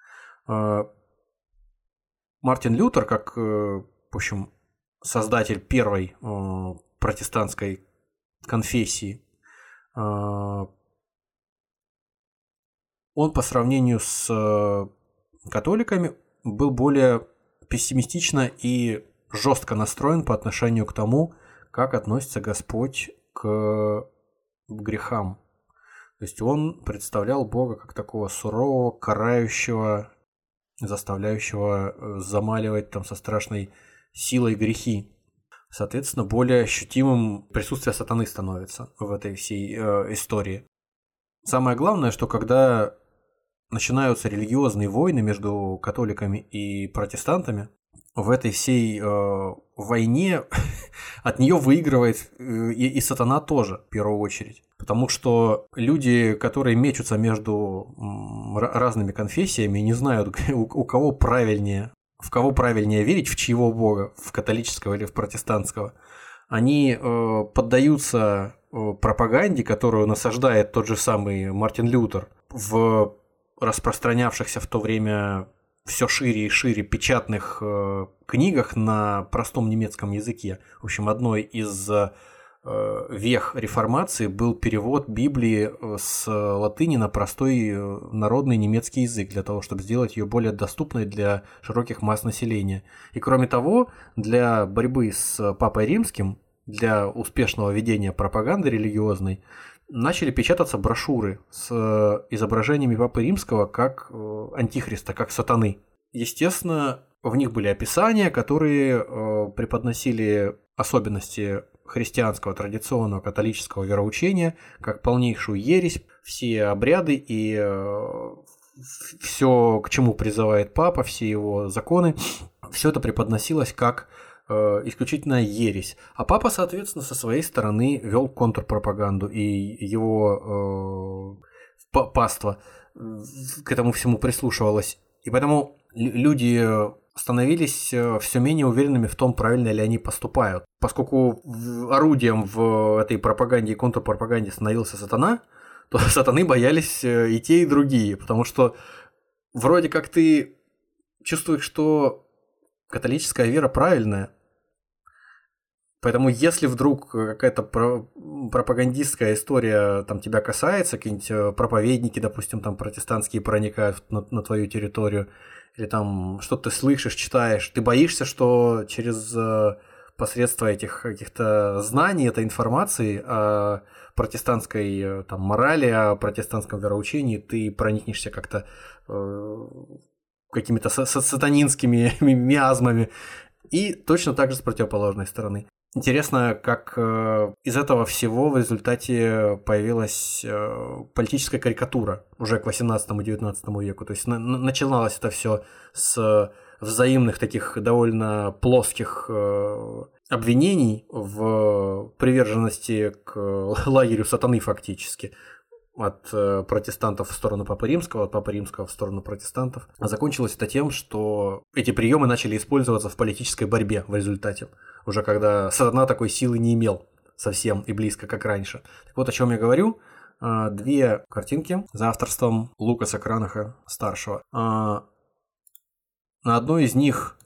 Speaker 4: Мартин Лютер, как, в общем, создатель первой протестантской конфессии, он по сравнению с католиками был более пессимистично и жестко настроен по отношению к тому, как относится Господь к грехам. То есть он представлял Бога как такого сурового, карающего, заставляющего замаливать там со страшной силой грехи. Соответственно, более ощутимым присутствие сатаны становится в этой всей э, истории. Самое главное, что когда начинаются религиозные войны между католиками и протестантами, в этой всей э, войне от нее выигрывает э, и, и сатана тоже, в первую очередь. Потому что люди, которые мечутся между м, разными конфессиями, не знают, у, у кого правильнее. В кого правильнее верить, в чьего бога, в католического или в протестантского, они э, поддаются э, пропаганде, которую насаждает тот же самый Мартин Лютер в распространявшихся в то время все шире и шире печатных э, книгах на простом немецком языке. В общем, одной из э, вех реформации был перевод Библии с латыни на простой народный немецкий язык, для того, чтобы сделать ее более доступной для широких масс населения. И кроме того, для борьбы с Папой Римским, для успешного ведения пропаганды религиозной, начали печататься брошюры с изображениями Папы Римского как антихриста, как сатаны. Естественно, в них были описания, которые преподносили особенности христианского традиционного католического вероучения как полнейшую ересь, все обряды и все, к чему призывает Папа, все его законы, все это преподносилось как исключительно ересь. А Папа, соответственно, со своей стороны вел контрпропаганду, и его э, паства к этому всему прислушивалось. И поэтому люди становились все менее уверенными в том, правильно ли они поступают. Поскольку орудием в этой пропаганде и контрпропаганде становился сатана, то сатаны боялись и те, и другие, потому что вроде как ты чувствуешь, что католическая вера правильная. Поэтому если вдруг какая-то пропагандистская история там тебя касается, какие-нибудь проповедники, допустим, там протестантские проникают на, на твою территорию, или там что-то ты слышишь, читаешь, ты боишься, что через посредство этих каких-то знаний, этой информации о протестантской там, морали, о протестантском вероучении, ты проникнешься как-то э, какими-то сатанинскими миазмами. И точно так же с противоположной стороны. интересно, как э, из этого всего в результате появилась э, политическая карикатура уже к восемнадцатому-девятнадцатому веку. То есть на- на- начиналось это все с взаимных таких довольно плоских э, обвинений в приверженности к лагерю сатаны фактически. От э, протестантов в сторону Папы Римского, от Папы Римского в сторону протестантов. А закончилось это тем, что эти приемы начали использоваться в политической борьбе в результате, уже когда сатана такой силы не имел совсем и близко, как раньше. Так вот, о чем я говорю. А, две картинки за авторством Лукаса Кранаха старшего. А, на одной из них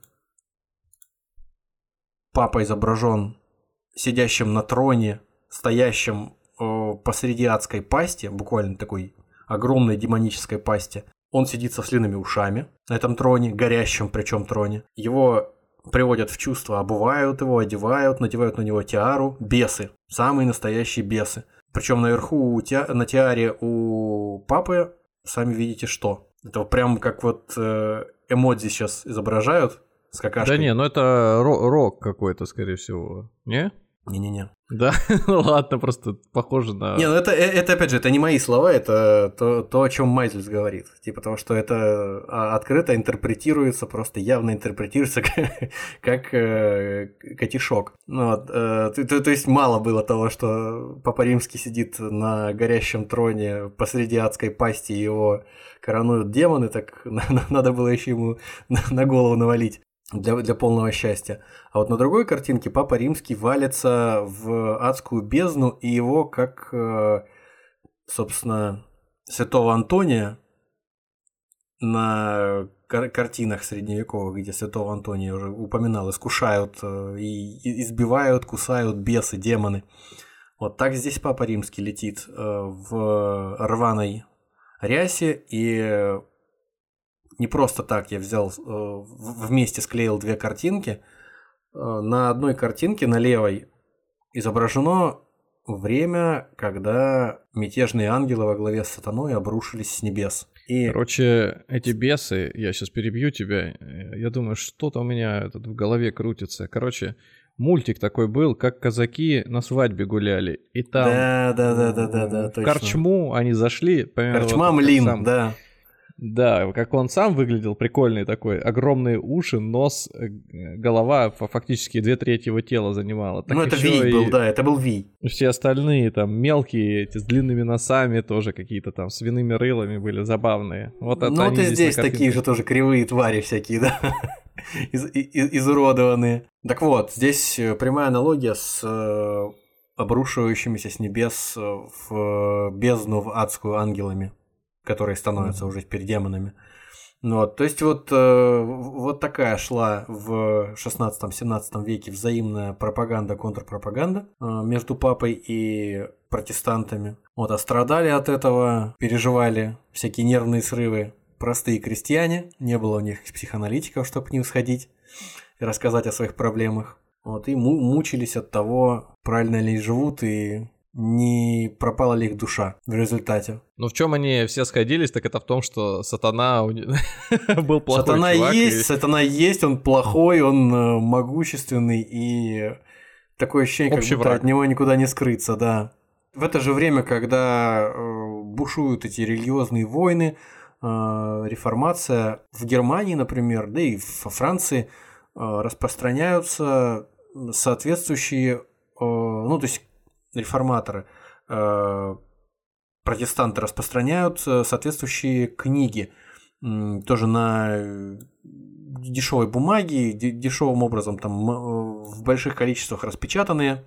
Speaker 4: папа изображен сидящим на троне, стоящим посреди адской пасти, буквально такой огромной демонической пасти. Он сидит со слиными ушами на этом троне, горящем причем троне. Его приводят в чувство, обувают его, одевают, надевают на него тиару. Бесы, самые настоящие бесы. Причем наверху у ти... на тиаре у папы, сами видите, что. Это прям как вот эмодзи сейчас изображают с какашкой.
Speaker 3: Да не, ну это ро- рок какой-то, скорее всего. Не?
Speaker 4: Не-не-не.
Speaker 3: Да, ну ладно, просто похоже на...
Speaker 4: Не, ну это, это опять же, это не мои слова, это то, то о чем Майзельс говорит. Типа того, что это открыто интерпретируется, просто явно интерпретируется как, как э, котишок. Ну, вот, э, то, то есть мало было того, что Папа Римский сидит на горящем троне посреди адской пасти, и его коронуют демоны, так надо было еще ему на голову навалить. Для, для полного счастья. А вот на другой картинке Папа Римский валится в адскую бездну, и его, как, собственно, святого Антония на кар- картинах средневековых, где святого Антония уже упоминал, искушают и избивают, кусают бесы, демоны. Вот так здесь Папа Римский летит в рваной рясе, и не просто так я взял, вместе склеил две картинки. На одной картинке, на левой, изображено время, когда мятежные ангелы во главе с сатаной обрушились с небес. И...
Speaker 3: Короче, эти бесы, я сейчас перебью тебя, я думаю, что-то у меня тут в голове крутится. Короче, мультик такой был, как казаки на свадьбе гуляли. И там
Speaker 4: да, да, да, да, да, да,
Speaker 3: в
Speaker 4: точно.
Speaker 3: корчму они зашли.
Speaker 4: Корчма
Speaker 3: вот,
Speaker 4: Млин,
Speaker 3: сам...
Speaker 4: да.
Speaker 3: Да, как он сам выглядел, прикольный такой, огромные уши, нос, голова, фактически две трети его тела занимала. Так
Speaker 4: ну это Вий был, да, это был Вий.
Speaker 3: Все остальные там мелкие, эти с длинными носами, тоже какие-то там свиными рылами были забавные. Вот это
Speaker 4: ну вот и здесь, здесь такие же тоже кривые твари всякие, да, из, из, изуродованные. Так вот, здесь прямая аналогия с обрушивающимися с небес в бездну, в адскую ангелами, которые становятся mm-hmm. уже теперь демонами. Вот, то есть вот, э, вот такая шла в шестнадцатом-семнадцатом веке взаимная пропаганда, контрпропаганда э, между папой и протестантами. Вот, а страдали от этого, переживали всякие нервные срывы простые крестьяне, не было у них психоаналитиков, чтобы к ним сходить и рассказать о своих проблемах. Вот, и му- мучились от того, правильно ли живут и не пропала ли их душа в результате.
Speaker 3: Ну в чем они все сходились, так это в том, что сатана был плохой
Speaker 4: сатана
Speaker 3: чувак.
Speaker 4: есть,
Speaker 3: и...
Speaker 4: сатана есть, он плохой, он могущественный, и такое ощущение,
Speaker 3: общий
Speaker 4: как будто
Speaker 3: враг.
Speaker 4: От него никуда не скрыться, да. В это же время, когда бушуют эти религиозные войны, реформация в Германии, например, да и во Франции распространяются соответствующие, ну то есть реформаторы, э, протестанты распространяют соответствующие книги, э, тоже на дешевой бумаге, дешевым образом, там, в больших количествах распечатанные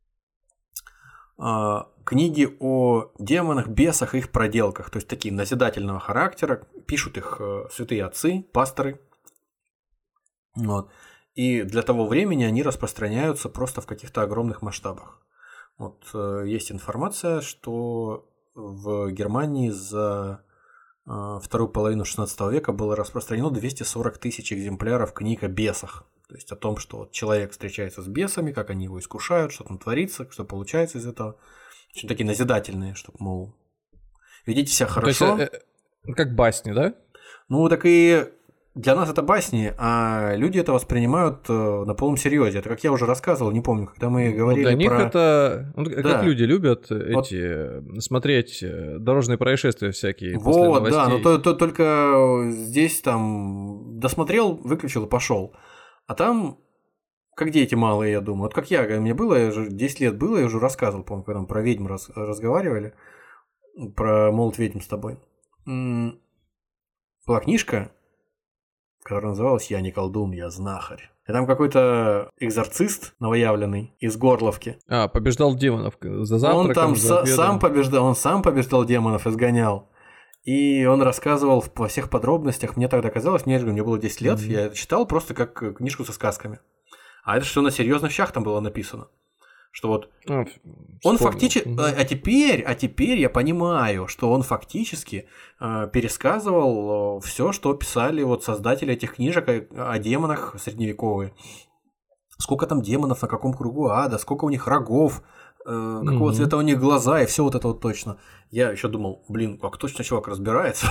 Speaker 4: э, книги о демонах, бесах и их проделках, то есть такие назидательного характера, пишут их э, святые отцы, пасторы. Вот. И для того времени они распространяются просто в каких-то огромных масштабах. Вот э, есть информация, что в Германии за э, вторую половину шестнадцатого века было распространено двести сорок тысяч экземпляров книг о бесах. То есть о том, что вот человек встречается с бесами, как они его искушают, что там творится, что получается из этого. Очень такие назидательные, чтобы, мол, ведите себя хорошо.
Speaker 3: То есть, э, как басни, да?
Speaker 4: Ну, так и для нас это басни, а люди это воспринимают на полном серьезе. Это как я уже рассказывал, не помню, когда мы говорили
Speaker 3: ну, для них
Speaker 4: про...
Speaker 3: это... Ну,
Speaker 4: да.
Speaker 3: Как люди любят эти... Вот. Смотреть дорожные происшествия всякие.
Speaker 4: Вот, после новостей. Да, но то, то, только здесь там досмотрел, выключил и пошел. А там... Как дети малые, я думаю. Вот как я, когда мне было, я же десять лет было, я уже рассказывал, по-моему, когда мы про ведьм раз, разговаривали, про молот ведьм с тобой. М-м- была книжка, которая называлась «Я не колдун, я знахарь». И там какой-то экзорцист новоявленный из Горловки.
Speaker 3: А, побеждал демонов за завтраком,
Speaker 4: Он там
Speaker 3: за
Speaker 4: с- сам побеждал, он сам побеждал демонов, изгонял. И он рассказывал во всех подробностях. Мне тогда казалось, мне, мне было десять лет, mm-hmm. я читал просто как книжку со сказками. А это что на серьезных щах там было написано. Что вот а, он фактически... Угу. А теперь, а теперь я понимаю, что он фактически э, пересказывал все, что писали вот создатели этих книжек о, о демонах средневековые. Сколько там демонов, на каком кругу ада, сколько у них рогов, э, какого угу. цвета у них глаза и все вот это вот точно. Я еще думал, блин, как точно чувак разбирается.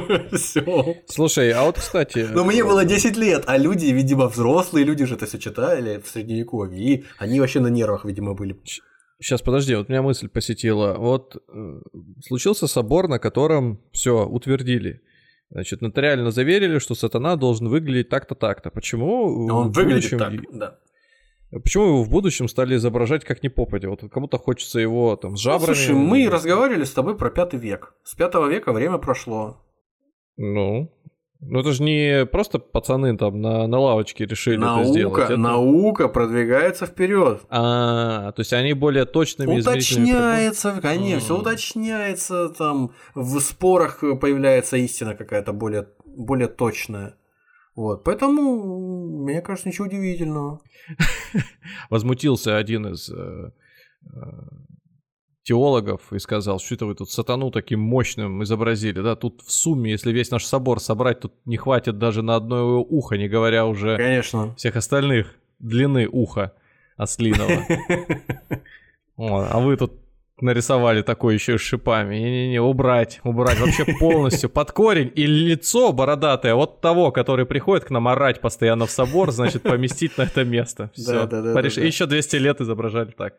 Speaker 3: Слушай, а вот, кстати...
Speaker 4: Но мне было десять лет, а люди, видимо, взрослые люди же это все читали в Средневековье, и они вообще на нервах, видимо, были.
Speaker 3: Сейчас, подожди, вот меня мысль посетила. Вот э, случился собор, на котором все утвердили. Значит, нотариально заверили, что сатана должен выглядеть так-то, так-то. Почему?
Speaker 4: Он выглядит будущем... так, да.
Speaker 3: Почему его в будущем стали изображать как ни попадя? Вот кому-то хочется его там с жабрами...
Speaker 4: Ну, слушай, мы разговаривали с тобой про пятый век. С пятого века время прошло.
Speaker 3: Ну, ну это же не просто пацаны там на, на лавочке решили наука, это сделать. Это...
Speaker 4: Наука продвигается вперед.
Speaker 3: А, то есть они более точными
Speaker 4: уточняется, конечно, все уточняется, там в спорах появляется истина какая-то более, более точная. Вот, поэтому, мне кажется, ничего удивительного.
Speaker 3: Возмутился один из э, э, теологов и сказал, что это вы тут сатану таким мощным изобразили, да, тут в сумме, если весь наш собор собрать, тут не хватит даже на одно ухо, не говоря уже
Speaker 4: Конечно.
Speaker 3: всех остальных длины уха ослиного. А вы тут нарисовали такое еще с шипами. Не-не-не, убрать, убрать вообще полностью под корень. И лицо бородатое вот того, который приходит к нам орать постоянно в собор, значит, поместить на это место. Все. Да, да, да, Пореш... да, да. Еще двести лет изображали так.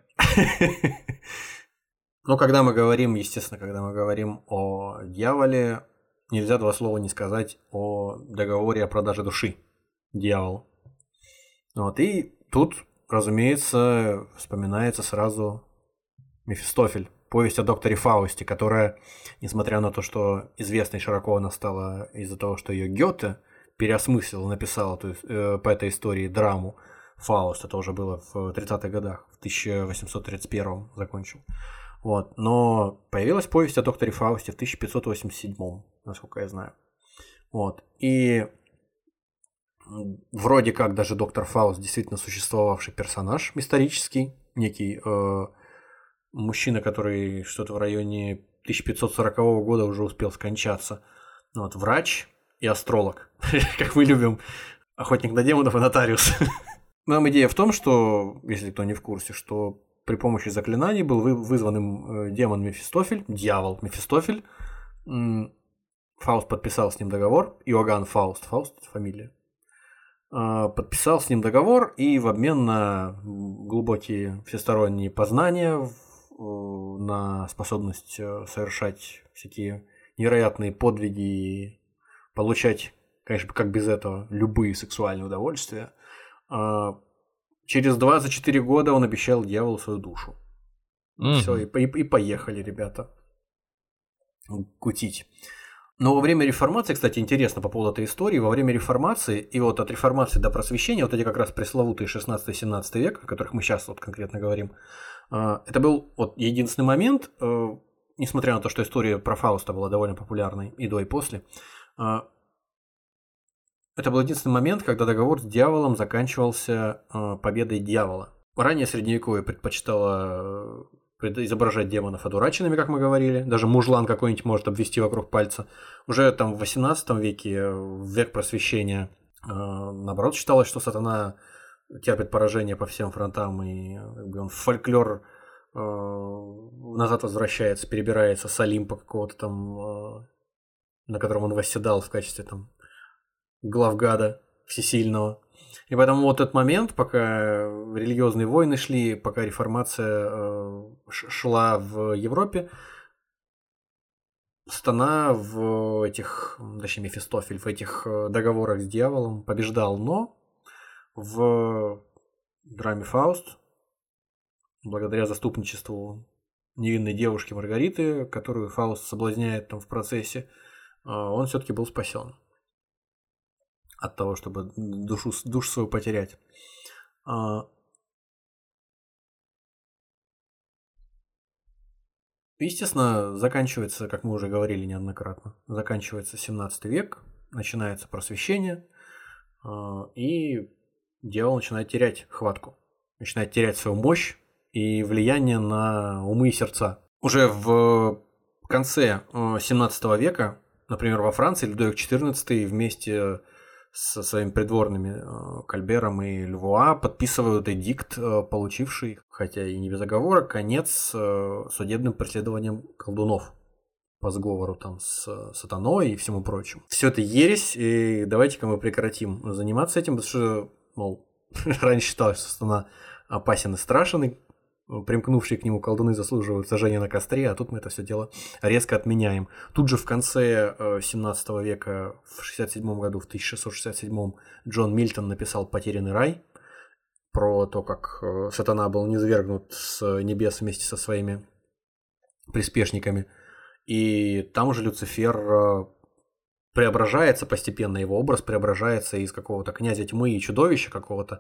Speaker 4: Ну, когда мы говорим, естественно, когда мы говорим о дьяволе, нельзя два слова не сказать о договоре о продаже души дьяволу. Вот, и тут, разумеется, вспоминается сразу Мефистофель, повесть о докторе Фаусте, которая, несмотря на то, что известной широко она стала из-за того, что ее Гёте переосмыслил, написал то есть, э, по этой истории драму Фауст, это уже было в тридцатых годах, в тысяча восемьсот тридцать первом закончил. Вот. Но появилась повесть о докторе Фаусте в тысяча пятьсот восемьдесят седьмом, насколько я знаю. Вот. И вроде как даже доктор Фауст действительно существовавший персонаж исторический, некий э, мужчина, который что-то в районе тысяча пятьсот сорокового года уже успел скончаться. Вот, врач и астролог, как мы любим, охотник на демонов и нотариус. Нам идея в том, что, если кто не в курсе, что при помощи заклинаний был вызван им демон Мефистофель, дьявол Мефистофель. Фауст подписал с ним договор, Иоганн Фауст, Фауст это фамилия. Подписал с ним договор, и в обмен на глубокие всесторонние познания, на способность совершать всякие невероятные подвиги и получать, конечно, как без этого, любые сексуальные удовольствия, через двадцать четыре года он обещал дьяволу свою душу. Mm-hmm. Все, и, и, и поехали, ребята, кутить. Но во время реформации, кстати, интересно по поводу этой истории, во время реформации, и вот от реформации до просвещения, вот эти как раз пресловутые шестнадцатый-семнадцатый век, о которых мы сейчас вот конкретно говорим, это был вот единственный момент, несмотря на то, что история про Фауста была довольно популярной и до, и после, это был единственный момент, когда договор с дьяволом заканчивался победой дьявола. Ранее Средневековье предпочитало изображать демонов одураченными, как мы говорили. Даже мужлан какой-нибудь может обвести вокруг пальца. Уже там в восемнадцатом веке, в век просвещения, наоборот, считалось, что сатана терпит поражение по всем фронтам, и как бы он в фольклор э, назад возвращается, перебирается с Олимпа какого-то там, э, на котором он восседал в качестве там главгада всесильного. И поэтому вот этот момент, пока религиозные войны шли, пока реформация э, шла в Европе, Сатана в этих, точнее Мефистофель, в этих договорах с дьяволом побеждал, но в драме «Фауст», благодаря заступничеству невинной девушки Маргариты, которую Фауст соблазняет там в процессе, он все-таки был спасен от того, чтобы душу, душу свою потерять. Естественно, заканчивается, как мы уже говорили неоднократно, заканчивается семнадцатый век, начинается просвещение, и дьявол начинает терять хватку, начинает терять свою мощь и влияние на умы и сердца. Уже в конце семнадцатого века, например, во Франции Людовик четырнадцатый вместе со своими придворными Кальбером и Львуа подписывают эдикт, получивший, хотя и не без оговорок, конец судебным преследованием колдунов по сговору там с сатаной и всему прочему. Все это ересь, и давайте-ка мы прекратим заниматься этим, потому что, мол, раньше считалось, что сатана опасен и страшен, и примкнувшие к нему колдуны заслуживают сожжения на костре, а тут мы это все дело резко отменяем. Тут же в конце семнадцатого века, в шестьдесят седьмом году, в тысяча шестьсот шестьдесят седьмом, Джон Мильтон написал «Потерянный рай», про то, как сатана был низвергнут с небес вместе со своими приспешниками. И там уже Люцифер преображается постепенно, его образ преображается из какого-то князя тьмы и чудовища какого-то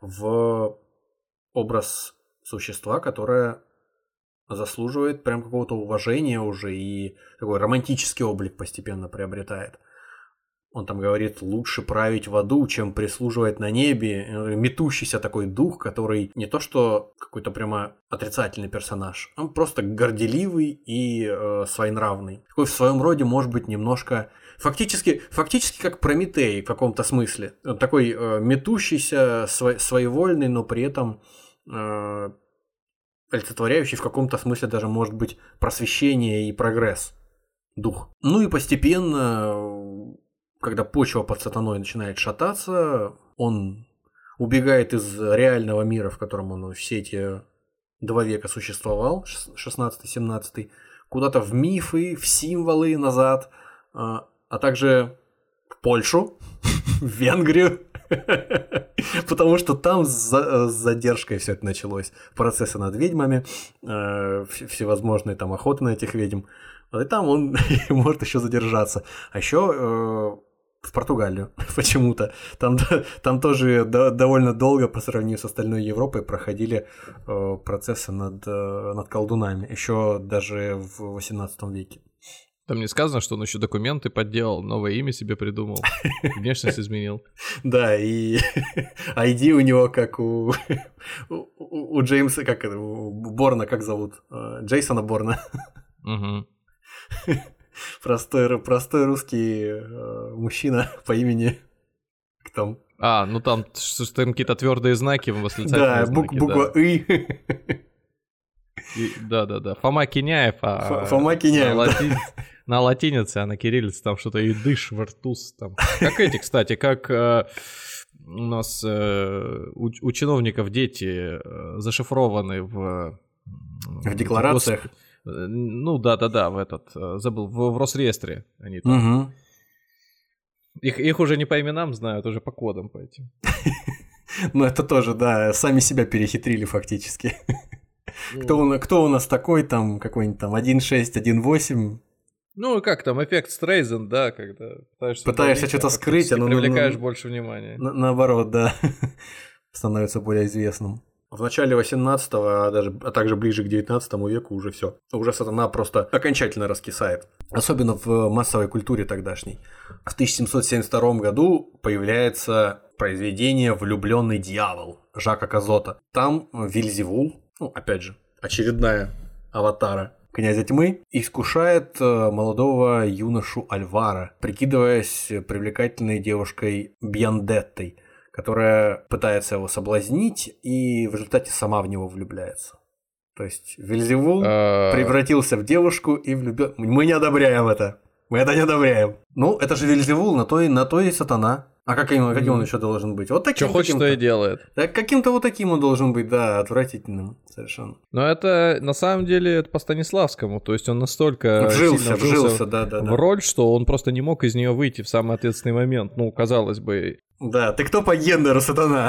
Speaker 4: в образ существа, которое заслуживает прям какого-то уважения уже, и такой романтический облик постепенно приобретает. Он там говорит, лучше править в аду, чем прислуживать на небе. Метущийся такой дух, который не то что какой-то прямо отрицательный персонаж, он просто горделивый и э, своенравный. Такой в своем роде может быть немножко... Фактически, фактически как Прометей в каком-то смысле. Он такой э, метущийся, сво- своевольный, но при этом... Э, олицетворяющий в каком-то смысле даже может быть просвещение и прогресс дух. Ну и постепенно, когда почва под сатаной начинает шататься, он убегает из реального мира, в котором он все эти два века существовал, шестнадцатый-семнадцатый, куда-то в мифы, в символы назад, а также в Польшу, в Венгрию. Потому что там с задержкой все это началось. Процессы над ведьмами, э, всевозможные там охоты на этих ведьм. И там он может еще задержаться. А еще э, в Португалию почему-то. Там, там тоже до, довольно долго по сравнению с остальной Европой проходили э, процессы над, э, над колдунами. Еще даже в восемнадцатом веке.
Speaker 3: Там не сказано, что он еще документы подделал, новое имя себе придумал, внешность изменил.
Speaker 4: Да, и ай ди у него как у, у, у Джеймса, как это, у Борна, как зовут? Джейсона Борна.
Speaker 3: Угу.
Speaker 4: Простой, простой русский мужчина по имени... Там.
Speaker 3: А, ну там, что, там какие-то твердые знаки, восклицательные
Speaker 4: да,
Speaker 3: знаки.
Speaker 4: Буква
Speaker 3: да,
Speaker 4: «и».
Speaker 3: Да-да-да, Фома Киняев, а
Speaker 4: Фома Киняев,
Speaker 3: на, лати... на латинице, а на кириллице там что-то и дышь, вартус там. Как эти, кстати, как э, у нас э, у, у чиновников дети э, зашифрованы в...
Speaker 4: В декларациях?
Speaker 3: Гос... Ну да-да-да, в этот, забыл, в, в Росреестре они там.
Speaker 4: Угу.
Speaker 3: Их, их уже не по именам знают, уже по кодам по этим.
Speaker 4: Ну это тоже, да, сами себя перехитрили фактически. Кто, у, кто у нас такой, там, какой-нибудь там один шесть, один восемь?
Speaker 3: Ну, как там, эффект Стрейзен, да, когда пытаешься...
Speaker 4: Пытаешься что-то скрыть, а ну,
Speaker 3: привлекаешь
Speaker 4: ну,
Speaker 3: больше внимания.
Speaker 4: На, наоборот, да, становится более известным. В начале восемнадцатого, а, даже, а также ближе к девятнадцатому веку уже все. Уже сатана просто окончательно раскисает. Особенно в массовой культуре тогдашней. В тысяча семьсот семьдесят втором году появляется произведение «Влюбленный дьявол» Жака Казота. Там Вельзевул, ну, опять же, очередная аватара князя тьмы, искушает молодого юношу Альвара, прикидываясь привлекательной девушкой Бьяндеттой, которая пытается его соблазнить и в результате сама в него влюбляется. То есть Вельзевул превратился в девушку и влюбил... Мы не одобряем это. Мы это не одобряем. Ну, это же Вельзевул, на то и, на то и сатана. А каким, каким он еще должен быть? Вот таким.
Speaker 3: Что хочет, то и делает.
Speaker 4: Да, каким-то вот таким он должен быть, да, отвратительным совершенно.
Speaker 3: Но это, на самом деле, это по Станиславскому. То есть он настолько
Speaker 4: вжился,
Speaker 3: сильно вжился,
Speaker 4: вжился да, да,
Speaker 3: в
Speaker 4: да.
Speaker 3: роль, что он просто не мог из нее выйти в самый ответственный момент. Ну, казалось бы.
Speaker 4: Да, ты кто по гендеру, сатана?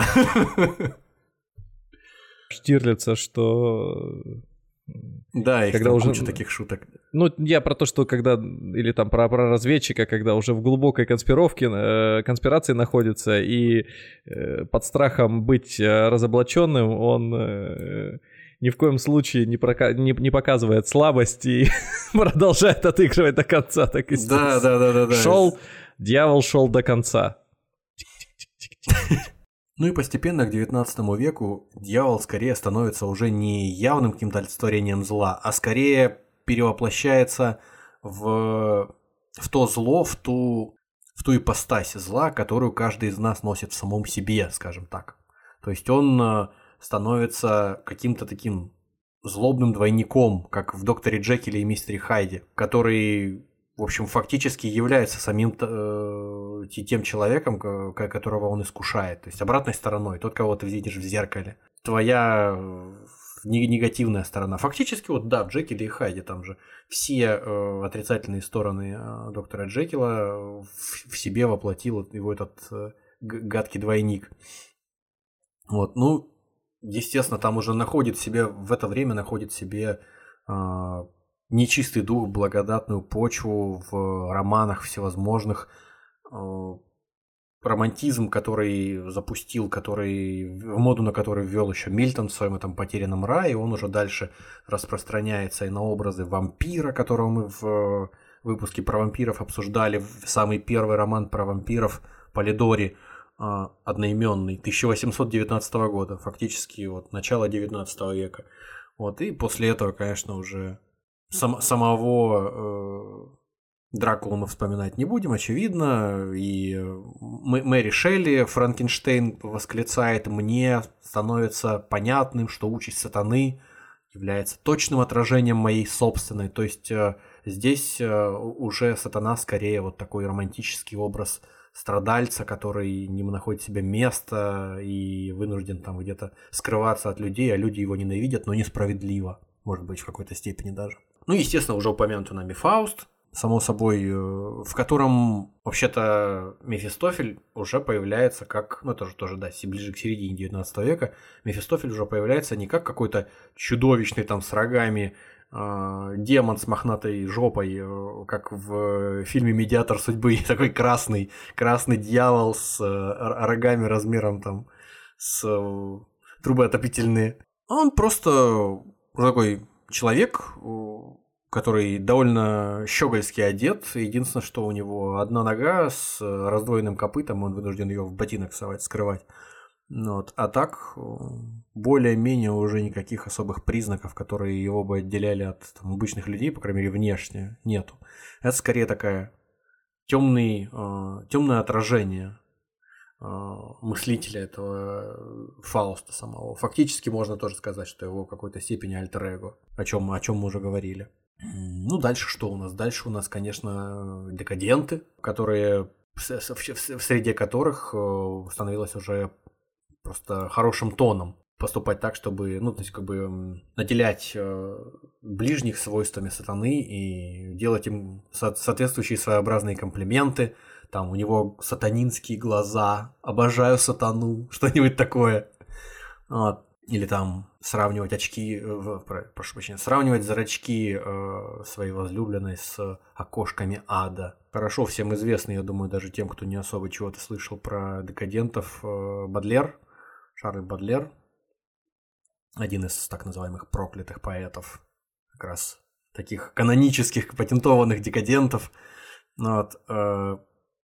Speaker 3: Штирлица, что...
Speaker 4: Да, их
Speaker 3: когда
Speaker 4: там
Speaker 3: уже...
Speaker 4: куча таких шуток.
Speaker 3: Ну, я про то, что когда... Или там про, про разведчика, когда уже в глубокой конспировке, э, конспирации находится, и э, под страхом быть э, разоблаченным, он э, ни в коем случае не, прока... не, не показывает слабости и продолжает отыгрывать до конца. Так и
Speaker 4: да, да, да, да, да.
Speaker 3: Шел, дьявол шел до конца.
Speaker 4: Ну и постепенно к девятнадцатому веку дьявол скорее становится уже не явным каким-то олицетворением зла, а скорее перевоплощается в, в то зло, в ту, в ту ипостась зла, которую каждый из нас носит в самом себе, скажем так. То есть он становится каким-то таким злобным двойником, как в «Докторе Джекиле» и «Мистере Хайде», который... в общем, фактически является самим э, тем человеком, которого он искушает. То есть обратной стороной, тот, кого ты видишь в зеркале. Твоя негативная сторона. Фактически, вот да, в Джекиле и Хайде там же все э, отрицательные стороны э, доктора Джекила в, в себе воплотил его этот э, гадкий двойник. Вот, ну, естественно, там уже находит себе, в это время находит себе... Э, нечистый дух, благодатную почву в романах всевозможных, романтизм, который запустил, который, в моду на который ввел еще Мильтон в своем этом «Потерянном рае», он уже дальше распространяется и на образы вампира, которого мы в выпуске про вампиров обсуждали, самый первый роман про вампиров Полидори, одноименный, тысяча восемьсот девятнадцатого года, фактически вот начало девятнадцатого века. Вот, и после этого, конечно, уже Сам, самого э, Дракулу мы вспоминать не будем, очевидно. И М- Мэри Шелли, Франкенштейн восклицает: «Мне становится понятным, что участь сатаны является точным отражением моей собственной». То есть э, здесь э, уже сатана скорее вот такой романтический образ страдальца, который не находит себе места и вынужден там где-то скрываться от людей, а люди его ненавидят, но несправедливо, может быть, в какой-то степени даже. Ну, естественно, уже упомянутый нами Фауст, само собой, в котором, вообще-то, Мефистофель уже появляется как, ну, это же тоже, да, ближе к середине девятнадцатого века, Мефистофель уже появляется не как какой-то чудовищный там с рогами э, демон с мохнатой жопой, э, как в фильме «Медиатор судьбы», такой красный, красный дьявол с э, рогами размером там с э, трубы отопительные. Он просто такой человек, который довольно щегольски одет. Единственное, что у него одна нога с раздвоенным копытом, он вынужден ее в ботинок совать, скрывать. Вот. А так, более-менее уже никаких особых признаков, которые его бы отделяли от там, обычных людей, по крайней мере, внешне, нету. Это скорее такая темный, темное отражение мыслителя этого Фауста самого. Фактически можно тоже сказать, что его в какой-то степени альтер-эго, о чем, о чем мы уже говорили. Ну, дальше что у нас? Дальше у нас, конечно, декаденты, которые, в среде которых становилось уже просто хорошим тоном поступать так, чтобы, ну, то есть, как бы наделять ближних свойствами сатаны и делать им соответствующие своеобразные комплименты. Там у него сатанинские глаза, обожаю сатану, что-нибудь такое. Вот. Или там сравнивать очки, прошу прощения, сравнивать зрачки э, своей возлюбленной с окошками ада. Хорошо всем известный, я думаю, даже тем, кто не особо чего-то слышал про декадентов, э, Бодлер, Шарль Бодлер, один из так называемых проклятых поэтов, как раз таких канонических, патентованных декадентов. Вот, э,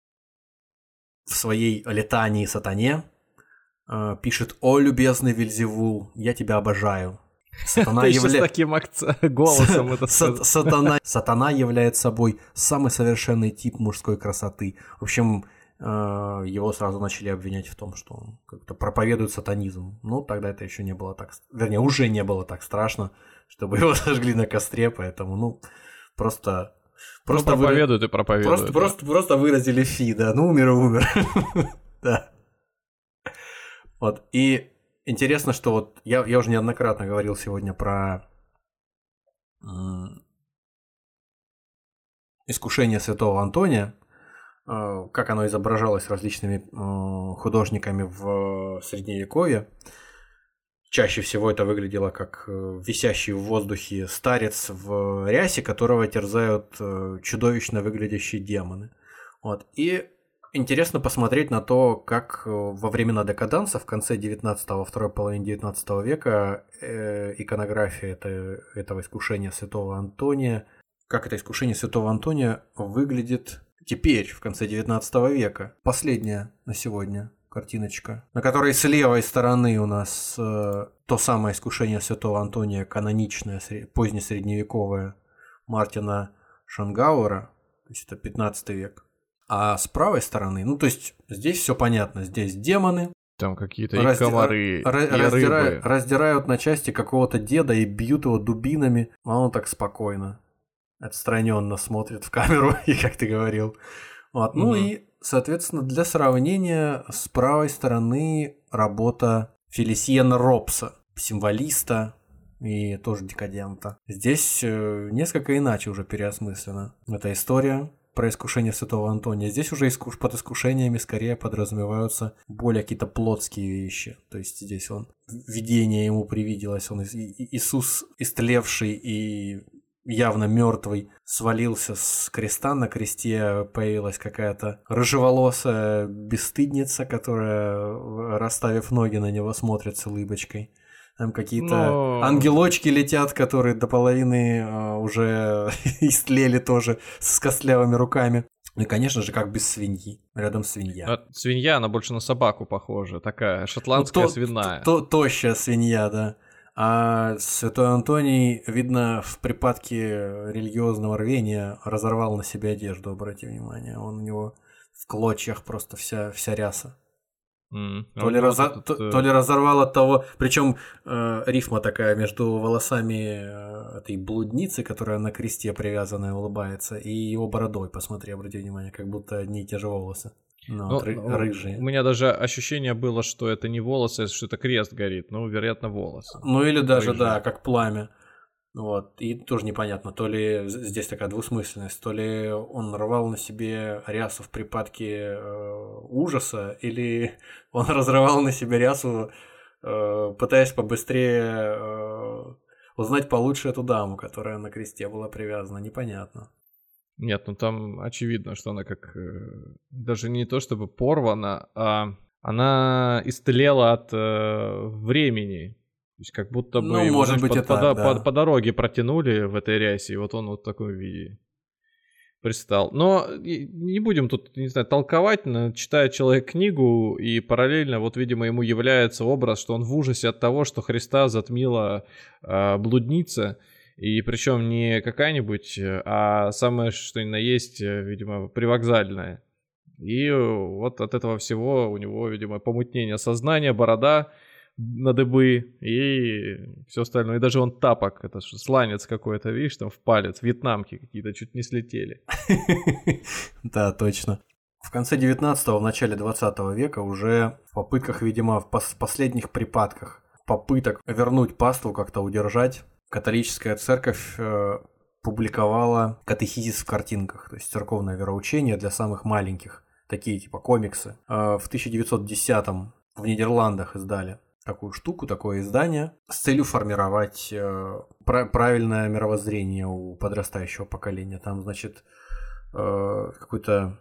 Speaker 4: в своей летании сатане э, пишет: «О, любезный Вельзевул, я тебя обожаю». Сатана
Speaker 3: Ты еще
Speaker 4: явля...
Speaker 3: с таким акцент... голосом это сказал.
Speaker 4: Сатана... Сатана является собой самый совершенный тип мужской красоты. В общем, э, его сразу начали обвинять в том, что он как-то проповедует сатанизм. Ну, тогда это еще не было так... Вернее, уже не было так страшно, чтобы его сожгли на костре, поэтому, ну, просто... Просто
Speaker 3: ну, проповедует
Speaker 4: вы...
Speaker 3: и проповедует.
Speaker 4: Просто,
Speaker 3: да.
Speaker 4: просто, просто выразили фи, да, ну умер и умер. Да. Вот, и интересно, что вот я, я уже неоднократно говорил сегодня про м, искушение святого Антония, э, как оно изображалось различными э, художниками в Средневековье. Чаще всего это выглядело как э, висящий в воздухе старец в рясе, которого терзают э, чудовищно выглядящие демоны. Вот, и интересно посмотреть на то, как во времена декаданса, в конце девятнадцатого, во второй половине девятнадцатого века, э, иконография это, этого искушения святого Антония, как это искушение святого Антония выглядит теперь, в конце девятнадцатого века. Последняя на сегодня картиночка, на которой с левой стороны у нас э, то самое искушение святого Антония, каноничное, позднесредневековое, Мартина Шонгауэра, то есть это пятнадцатый век. А с правой стороны, ну то есть здесь все понятно, здесь демоны.
Speaker 3: Там какие-то и
Speaker 4: разди-
Speaker 3: комары,
Speaker 4: ра-
Speaker 3: и
Speaker 4: раздира-
Speaker 3: рыбы.
Speaker 4: раздирают на части какого-то деда и бьют его дубинами, а он так спокойно, отстраненно смотрит в камеру, и как ты говорил. Вот. Ну
Speaker 3: Мгм.
Speaker 4: и, соответственно, для сравнения, с правой стороны работа Фелисиена Робса, символиста и тоже декадента. Здесь э, несколько иначе уже переосмыслена эта история про искушение святого Антония. Здесь уже искуш... под искушениями скорее подразумеваются более какие-то плотские вещи. То есть здесь он, видение ему привиделось, он И- И- Иисус, истлевший и явно мертвый, свалился с креста, на кресте появилась какая-то рыжеволосая бесстыдница, которая, расставив ноги на него, смотрит с улыбочкой. Там какие-то
Speaker 3: Но-
Speaker 4: ангелочки летят, которые до половины а, уже истлели тоже с костлявыми руками. Ну и, конечно же, как без свиньи. Рядом свинья.
Speaker 3: А свинья, она больше на собаку похожа, такая шотландская
Speaker 4: Ну, то-
Speaker 3: свиная.
Speaker 4: то- Тощая свинья, да. А святой Антоний, видно, в припадке религиозного рвения разорвал на себе одежду, обрати внимание. Он у него в клочьях просто вся, вся ряса.
Speaker 3: М, а
Speaker 4: То
Speaker 3: у
Speaker 4: ли,
Speaker 3: него
Speaker 4: разо-
Speaker 3: тут,
Speaker 4: то,
Speaker 3: э,
Speaker 4: то ли разорвал от того, причем э, рифма такая между волосами э, этой блудницы, которая на кресте привязанная улыбается, и его бородой, посмотри, обрати внимание, как будто одни и те же волосы. Ну,
Speaker 3: ну,
Speaker 4: вот ры-
Speaker 3: ну,
Speaker 4: рыжие.
Speaker 3: У меня даже ощущение было, что это не волосы, а что это крест горит. Ну, вероятно, волосы.
Speaker 4: Ну или даже,
Speaker 3: рыжие.
Speaker 4: да, как пламя. Вот. И тоже непонятно, то ли з- здесь такая двусмысленность, то ли он рвал на себе рясу в припадке э, ужаса, или он разрывал на себе рясу, э, пытаясь побыстрее э, узнать получше эту даму, которая на кресте была привязана. Непонятно.
Speaker 3: Нет, ну там очевидно, что она как э, даже не то чтобы порвана, а она истлела от э, времени. То есть как будто бы
Speaker 4: Ну,
Speaker 3: его,
Speaker 4: может
Speaker 3: знаешь,
Speaker 4: быть,
Speaker 3: по,
Speaker 4: и
Speaker 3: по
Speaker 4: так,
Speaker 3: до-
Speaker 4: да.
Speaker 3: по- по дороге протянули в этой рясе, и вот он вот в таком виде пристал. Но и- не будем тут, не знаю, толковать, но читает человек книгу, и параллельно, вот, видимо, ему является образ, что он в ужасе от того, что Христа затмила э, блудница, и причем не какая-нибудь, а самое что ни на есть, э, видимо, привокзальная. И э, вот от этого всего у него, видимо, помутнение сознания, борода на дыбы и все остальное. И даже он тапок, это что, сланец какой-то, видишь, там в палец, вьетнамки какие-то чуть не слетели.
Speaker 4: Да, точно. В конце девятнадцатого, в начале двадцатого века уже в попытках, видимо, в пос- последних припадках попыток вернуть паству, как-то удержать, католическая церковь э, публиковала катехизис в картинках, то есть церковное вероучение для самых маленьких, такие типа комиксы. Э, в тысяча девятьсот десятом в Нидерландах издали такую штуку, такое издание с целью формировать э, пра- правильное мировоззрение у подрастающего поколения. Там, значит, э, какой-то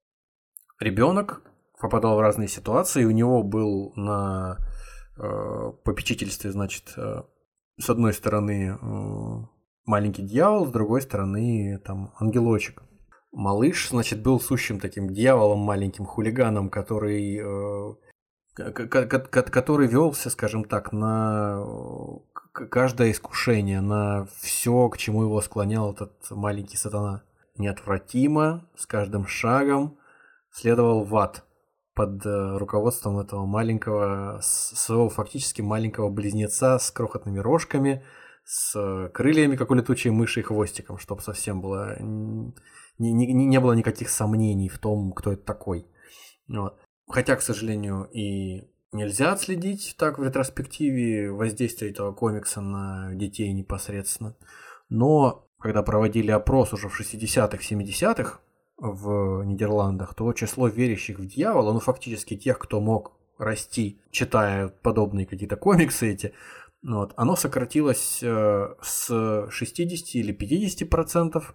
Speaker 4: ребенок попадал в разные ситуации, и у него был на э, попечительстве, значит, э, с одной стороны э, маленький дьявол, с другой стороны там ангелочек. Малыш, значит, был сущим таким дьяволом, маленьким хулиганом, который, э, к- к- к- который велся, скажем так, на к- каждое искушение, на все, к чему его склонял этот маленький сатана. Неотвратимо, с каждым шагом следовал в ад под э, руководством этого маленького, с- своего фактически маленького близнеца с крохотными рожками, с э, крыльями, как у летучей мыши, и хвостиком, чтобы совсем было, н- не, не, не было никаких сомнений в том, кто это такой. Вот. Хотя, к сожалению, и нельзя отследить так в ретроспективе воздействие этого комикса на детей непосредственно. Но когда проводили опрос уже в шестидесятых, семидесятых в Нидерландах, то число верящих в дьявола, ну фактически тех, кто мог расти, читая подобные какие-то комиксы эти, вот, оно сократилось э, с шестидесяти или пятидесяти процентов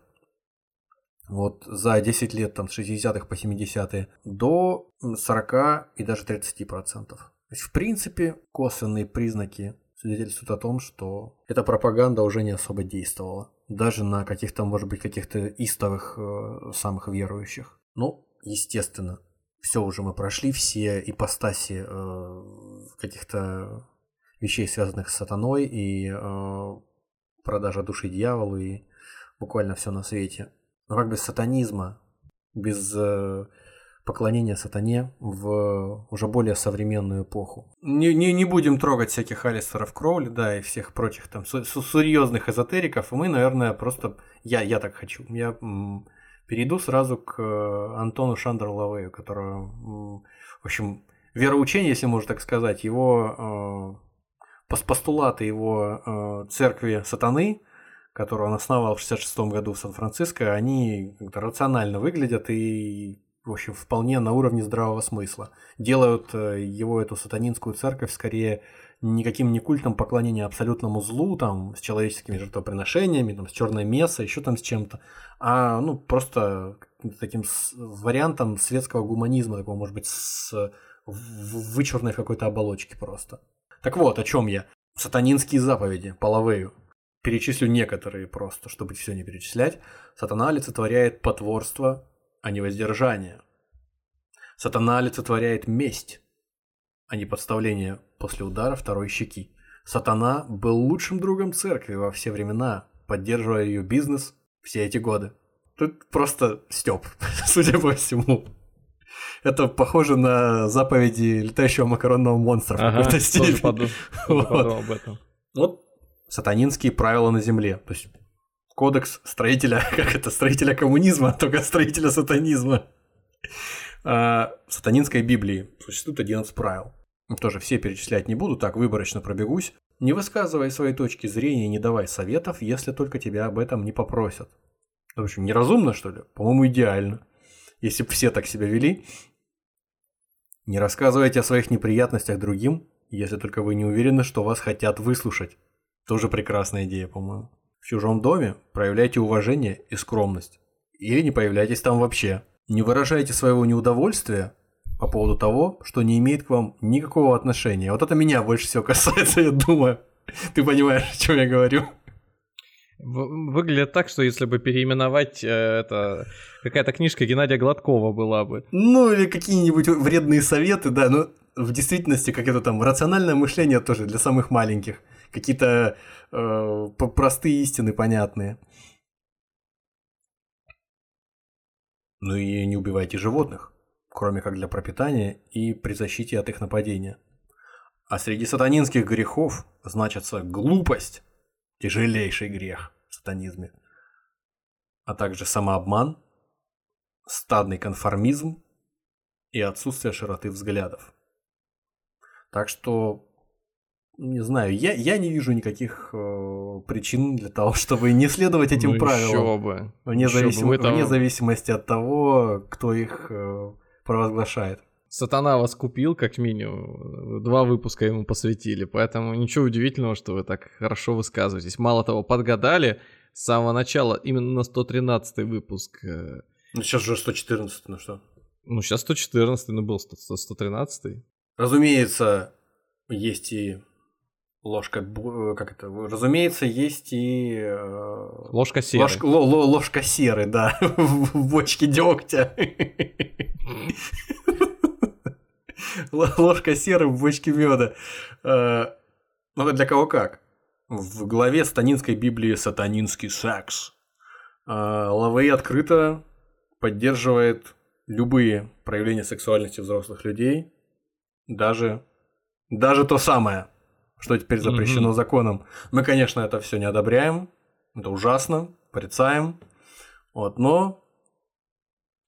Speaker 4: вот, за десять лет там, с шестидесятых по семидесятые до сорока и даже тридцати процентов. То есть, в принципе, косвенные признаки свидетельствуют о том, что эта пропаганда уже не особо действовала. Даже на каких-то, может быть, каких-то истовых э, самых верующих. Ну, естественно, все уже мы прошли, все ипостаси э, каких-то вещей, связанных с сатаной, и э, продажа души дьяволу, и буквально все на свете. Но как без сатанизма, без э, поклонения сатане в уже более современную эпоху? Не, не, не будем трогать всяких Алистеров Кроули, да, и всех прочих там с, с, серьезных эзотериков, и мы, наверное, просто... Я, я так хочу. Я м, перейду сразу к Антону Шандер-Лавею, которого, м, в общем, вероучение, если можно так сказать, его... Э, постулаты его э, церкви сатаны, которую он основал в шестьдесят шестом году в Сан-Франциско, они как-то рационально выглядят и, в общем, вполне на уровне здравого смысла. Делают э, его, эту сатанинскую церковь, скорее никаким не культом поклонения абсолютному злу, там, с человеческими жертвоприношениями, там, с черной мессой, еще там с чем-то, а, ну, просто таким с, вариантом светского гуманизма, такого, может быть, с в, вычурной в какой-то оболочке просто. Так вот, о чем я. Сатанинские заповеди по Лавею. Перечислю некоторые просто, чтобы все не перечислять. Сатана олицетворяет потворство, а не воздержание. Сатана олицетворяет месть, а не подставление после удара второй щеки. Сатана был лучшим другом церкви во все времена, поддерживая ее бизнес все эти годы. Тут просто стёб, судя по всему. Это похоже на заповеди летающего макаронного монстра в
Speaker 3: ага,
Speaker 4: какой-то степени.
Speaker 3: Подумал, вот. подумал об этом.
Speaker 4: Вот сатанинские правила на земле. То есть кодекс строителя, как это, строителя коммунизма, только строителя сатанизма. А, в сатанинской Библии существует одиннадцать правил. Тоже все перечислять не буду, так выборочно пробегусь. Не высказывай своей точки зрения и не давай советов, если только тебя об этом не попросят. В общем, неразумно, что ли? По-моему, идеально. Если бы все так себя вели. Не рассказывайте о своих неприятностях другим, если только вы не уверены, что вас хотят выслушать. Тоже прекрасная идея, по-моему. В чужом доме проявляйте уважение и скромность. Или не появляйтесь там вообще. Не выражайте своего неудовольствия по поводу того, что не имеет к вам никакого отношения. Вот это меня больше всего касается, я думаю. Ты понимаешь, о чем я говорю?
Speaker 3: Выглядит так, что если бы переименовать э, это, какая-то книжка Геннадия Гладкова была бы.
Speaker 4: Ну, или какие-нибудь вредные советы, да, но в действительности, как это там, рациональное мышление тоже для самых маленьких. Какие-то э, простые истины понятные. Ну и не убивайте животных, кроме как для пропитания и при защите от их нападения. А среди сатанинских грехов значится глупость. Тяжелейший грех в сатанизме, а также самообман, стадный конформизм и отсутствие широты взглядов. Так что, не знаю, я, я не вижу никаких э, причин для того, чтобы не следовать этим
Speaker 3: ну,
Speaker 4: правилам,
Speaker 3: еще бы.
Speaker 4: Вне,
Speaker 3: еще
Speaker 4: зависим...
Speaker 3: бы там...
Speaker 4: вне зависимости от того, кто их э, провозглашает.
Speaker 3: Сатана вас купил, как минимум. Два выпуска ему посвятили. Поэтому ничего удивительного, что вы так хорошо высказываетесь. Мало того, подгадали с самого начала именно на сто тринадцатый выпуск.
Speaker 4: Ну, сейчас же сто четырнадцатый, ну что?
Speaker 3: Ну, сейчас сто четырнадцатый, но был сто тринадцатый.
Speaker 4: Разумеется, есть и ложка... Как это? Разумеется, есть и... Э...
Speaker 3: Ложка серы.
Speaker 4: Ложка, л- л- ложка серы, да. В бочке дегтя. Ложка серы в бочке меда. Ну, для кого как? В главе сатанинской Библии «Сатанинский секс» Лавей открыто поддерживает любые проявления сексуальности взрослых людей, даже, даже то самое, что теперь запрещено mm-hmm. законом. Мы, конечно, это все не одобряем, это ужасно, порицаем, вот, но...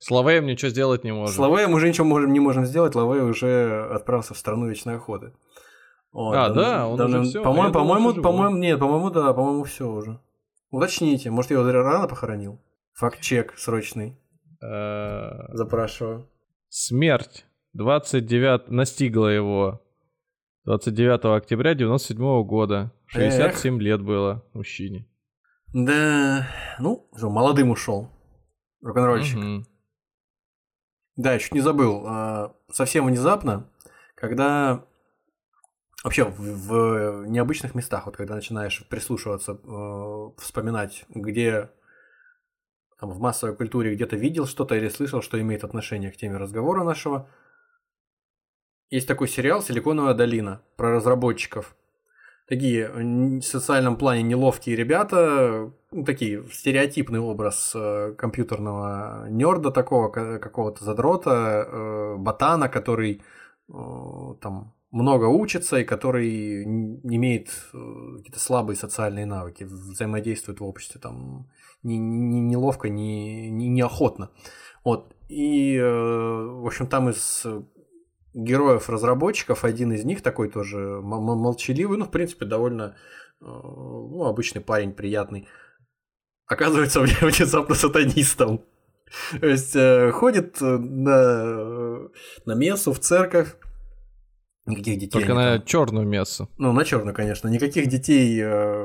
Speaker 3: С Лавеем ничего сделать не можем.
Speaker 4: С Лавеем уже ничего можем, не можем сделать, Лавей уже отправился в страну вечной охоты. Вот,
Speaker 3: а,
Speaker 4: да,
Speaker 3: да, он
Speaker 4: да,
Speaker 3: уже
Speaker 4: да,
Speaker 3: все.
Speaker 4: По-моему, по-моему, по-моему, нет, по-моему, да, по-моему, все уже. Уточните, может, я его рано похоронил? Факт-чек срочный. Запрашиваю.
Speaker 3: Смерть двадцать девятого настигла его двадцать девятого октября девяносто седьмого года. шестьдесят семь Эх. лет было мужчине.
Speaker 4: Да, ну, молодым ушел. Рок-н-ролльщик. Угу. Да, я чуть не забыл. Совсем внезапно, когда вообще в, в необычных местах, вот когда начинаешь прислушиваться, вспоминать, где там, в массовой культуре где-то видел что-то или слышал, что имеет отношение к теме разговора нашего, есть такой сериал «Силиконовая долина» про разработчиков. Такие в социальном плане неловкие ребята, ну, такие стереотипный образ э, компьютерного нерда такого, какого-то задрота, э, ботана, который э, там много учится и который имеет э, какие-то слабые социальные навыки, взаимодействует в обществе там не, не, неловко, не, не, неохотно. Вот. И, э, в общем, там из героев-разработчиков, один из них такой тоже молчаливый, ну, в принципе, довольно ну, обычный парень, приятный, оказывается внезапно сатанистом. То есть ходит на, на мессу, в церковь, никаких детей.
Speaker 3: Только на там... черную мессу.
Speaker 4: Ну, на черную, конечно. Никаких детей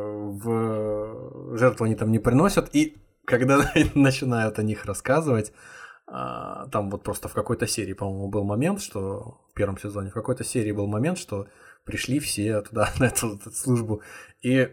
Speaker 4: в жертву они там не приносят. И когда начинают о них рассказывать, там вот просто в какой-то серии, по-моему, был момент, что в первом сезоне, в какой-то серии был момент, что пришли все туда, на эту, эту службу, и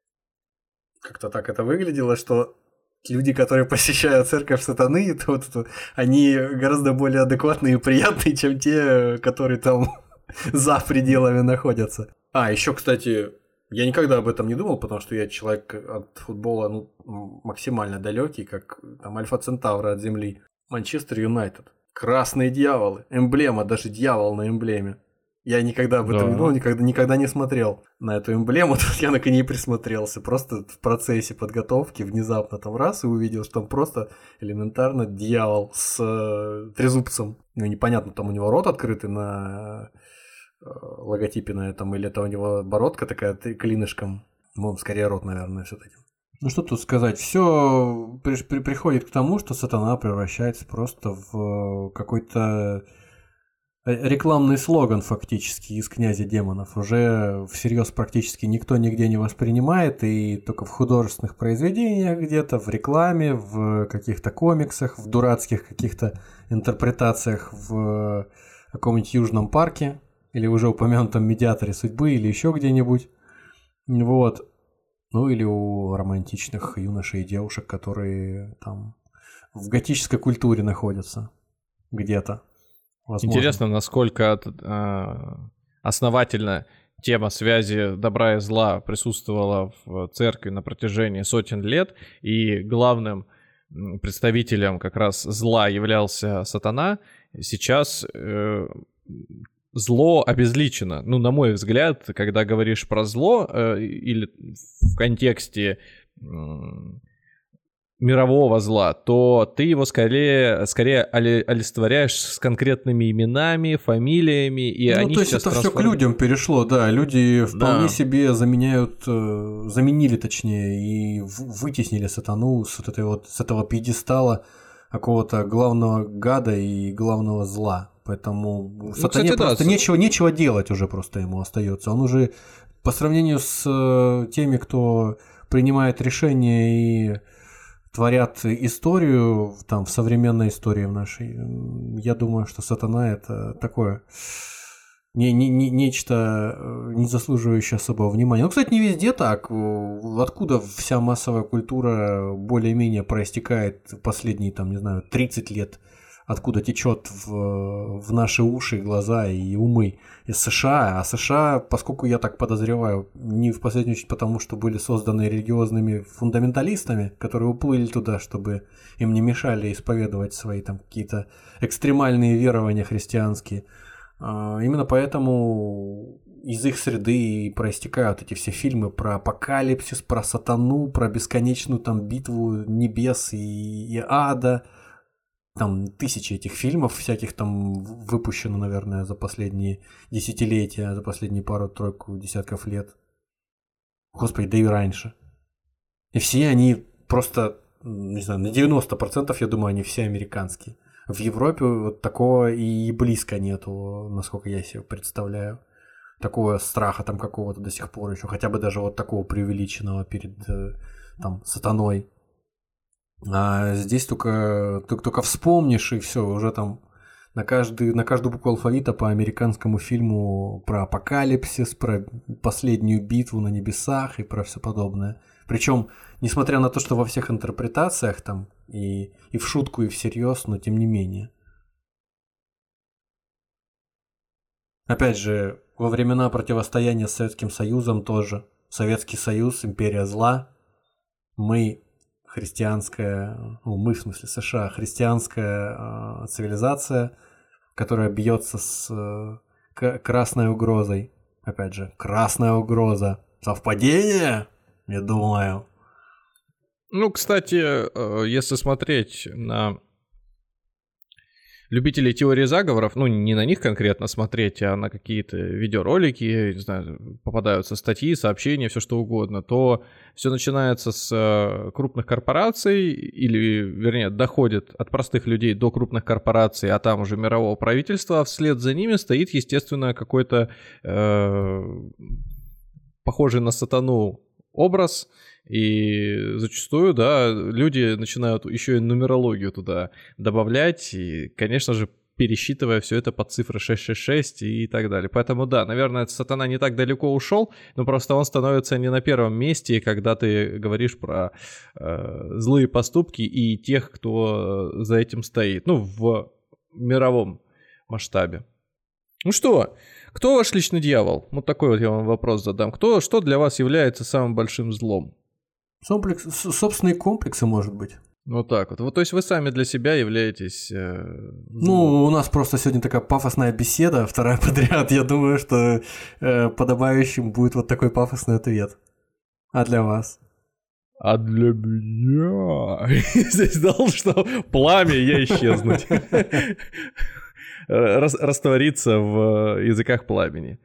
Speaker 4: как-то так это выглядело, что люди, которые посещают церковь сатаны, то, то, то, они гораздо более адекватные и приятные, чем те, которые там за пределами находятся. А, еще, кстати, я никогда об этом не думал, потому что я человек от футбола ну, максимально далекий, как там Альфа-Центавра от Земли. Манчестер Юнайтед. Красные дьяволы. Эмблема, даже дьявол на эмблеме. Я никогда об этом да. не думал, никогда, никогда не смотрел на эту эмблему. Тут я на ней присмотрелся. Просто в процессе подготовки внезапно там раз и увидел, что там просто элементарно дьявол с э, трезубцем. Ну, непонятно, там у него рот открытый на э, логотипе на этом, или это у него бородка такая клинышком. Ну, скорее рот, наверное, все-таки. Ну что тут сказать, все при, при, приходит к тому, что сатана превращается просто в какой-то рекламный слоган фактически из «Князя демонов». Уже всерьез практически никто нигде не воспринимает, и только в художественных произведениях где-то, в рекламе, в каких-то комиксах, в дурацких каких-то интерпретациях в каком-нибудь Южном парке, или уже упомянутом «Медиаторе судьбы», или еще где-нибудь. Вот. Ну или у романтичных юношей и девушек, которые там в готической культуре находятся где-то. Возможно.
Speaker 3: Интересно, насколько э, основательно тема связи добра и зла присутствовала в церкви на протяжении сотен лет, и главным представителем как раз зла являлся сатана. Сейчас э, зло обезличено. Ну, на мой взгляд, когда говоришь про зло э, или в контексте э, мирового зла, то ты его скорее, скорее олицетворяешь с конкретными именами, фамилиями, и
Speaker 4: ну,
Speaker 3: они
Speaker 4: то есть это
Speaker 3: трансформ...
Speaker 4: все к людям перешло, да, люди вполне
Speaker 3: да.
Speaker 4: себе заменяют, заменили точнее, и вытеснили сатану с вот этой вот, с этого пьедестала какого-то главного гада и главного зла. Поэтому ну, сатане кстати, просто да, нечего, нечего делать уже просто ему остается. Он уже по сравнению с теми, кто принимает решения и творят историю там в современной истории в нашей, я думаю, что сатана это такое не, не, не, нечто не заслуживающее особого внимания. Ну, кстати, не везде так. Откуда вся массовая культура более-менее проистекает последние, там, не знаю, тридцать лет? Откуда течет в, в наши уши, глаза и умы из США. А США, поскольку я так подозреваю, не в последнюю очередь потому, что были созданы религиозными фундаменталистами, которые уплыли туда, чтобы им не мешали исповедовать свои там какие-то экстремальные верования христианские. Именно поэтому из их среды и проистекают эти все фильмы про апокалипсис, про сатану, про бесконечную там битву небес и, и ада. там тысячи этих фильмов всяких там выпущено, наверное, за последние десятилетия, за последние пару-тройку десятков лет. Господи, да и раньше. И все они просто, не знаю, на девяносто процентов, я думаю, они все американские. В Европе вот такого и близко нету, насколько я себе представляю. Такого страха там какого-то до сих пор еще, хотя бы даже вот такого преувеличенного перед там сатаной. А здесь только, только, только вспомнишь, и все, уже там на, каждый, на каждую букву алфавита по американскому фильму про апокалипсис, про последнюю битву на небесах и про все подобное. Причем, несмотря на то, что во всех интерпретациях там и, и в шутку, и всерьез, но тем не менее. Опять же, во времена противостояния с Советским Союзом тоже. Советский Союз, империя зла. Мы христианская, ну мы в смысле США, христианская э, цивилизация, которая бьется с э, к- красной угрозой. Опять же, красная угроза. Совпадение? Не думаю.
Speaker 3: Ну, кстати, если смотреть на любителей теории заговоров, ну, не на них конкретно смотреть, а на какие-то видеоролики, не знаю, попадаются статьи, сообщения, все что угодно, то все начинается с крупных корпораций, или, вернее, доходит от простых людей до крупных корпораций, а там уже мирового правительства, а вслед за ними стоит, естественно, какой-то э, похожий на сатану образ, и зачастую, да, люди начинают еще и нумерологию туда добавлять, и, конечно же, пересчитывая все это под цифры шесть шесть шесть и так далее. Поэтому, да, наверное, сатана не так далеко ушел, но просто он становится не на первом месте, когда ты говоришь про э, злые поступки и тех, кто за этим стоит, ну, в мировом масштабе. Ну что, кто ваш личный дьявол? Вот такой вот я вам вопрос задам. Кто, что для вас является самым большим злом?
Speaker 4: Комплекс, собственные комплексы, может быть.
Speaker 3: Вот так вот. Вот, то есть вы сами для себя являетесь... Э,
Speaker 4: ну, у нас просто сегодня такая пафосная беседа, вторая подряд. Я думаю, что э, подобающим будет вот такой пафосный ответ. А для вас?
Speaker 3: А для меня... Здесь должно пламя я исчезнуть. Раствориться в языках пламени.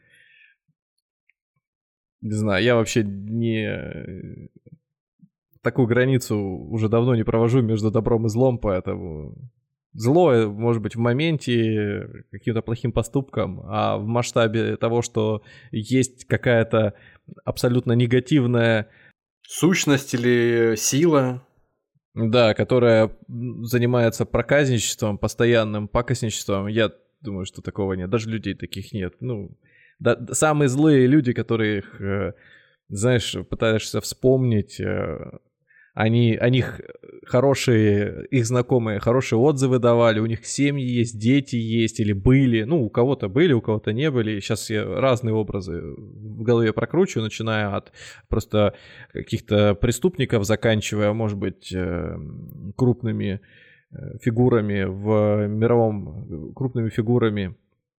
Speaker 3: Не знаю, я вообще не... такую границу уже давно не провожу между добром и злом, поэтому зло может быть в моменте каким-то плохим поступком, а в масштабе того, что есть какая-то абсолютно негативная
Speaker 4: сущность или сила,
Speaker 3: да, которая занимается проказничеством, постоянным пакостничеством, я думаю, что такого нет, даже людей таких нет. Ну, да, самые злые люди, которых, знаешь, пытаешься вспомнить, они, о них хорошие, их знакомые хорошие отзывы давали, у них семьи есть, дети есть или были, ну, у кого-то были, у кого-то не были. Сейчас я разные образы в голове прокручиваю, начиная от просто каких-то преступников, заканчивая, может быть, крупными фигурами в мировом, крупными фигурами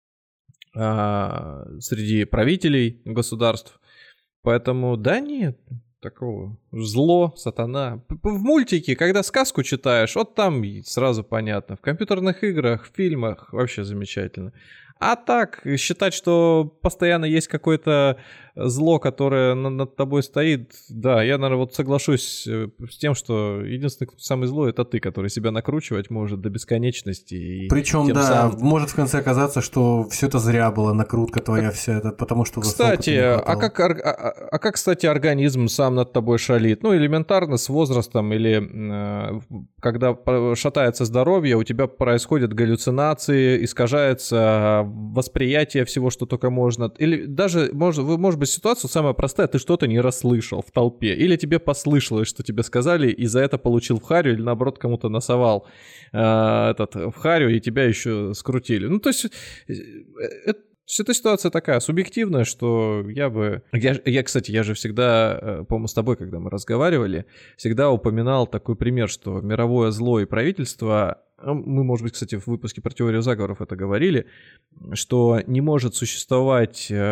Speaker 3: а, среди правителей государств. Поэтому, да, нет такого. Зло, сатана. В мультике, когда сказку читаешь, вот там сразу понятно. В компьютерных играх, в фильмах вообще замечательно. А так, считать, что постоянно есть какое-то зло, которое над тобой стоит, да, я, наверное, вот соглашусь с тем, что единственный, кто самый злой, это ты, который себя накручивать может до бесконечности.
Speaker 4: Причем, да,
Speaker 3: самым...
Speaker 4: может в конце оказаться, что все это зря было, накрутка твоя вся, это потому что...
Speaker 3: Кстати, а как, а, а как, кстати, организм сам над тобой шалит? Ну, элементарно, с возрастом или э, когда шатается здоровье, у тебя происходят галлюцинации, искажается восприятие всего, что только можно. Или даже, может, может быть, ситуация самая простая, ты что-то не расслышал в толпе, или тебе послышалось, что тебе сказали, и за это получил в харю, или наоборот кому-то насовал э, этот, в харю, и тебя еще скрутили. Ну, то есть, это, эта ситуация такая субъективная, что я бы... Я, я, кстати, я же всегда, по-моему, с тобой, когда мы разговаривали, всегда упоминал такой пример, что мировое зло и правительство мы, может быть, кстати, в выпуске про теорию заговоров это говорили, что не может существовать э,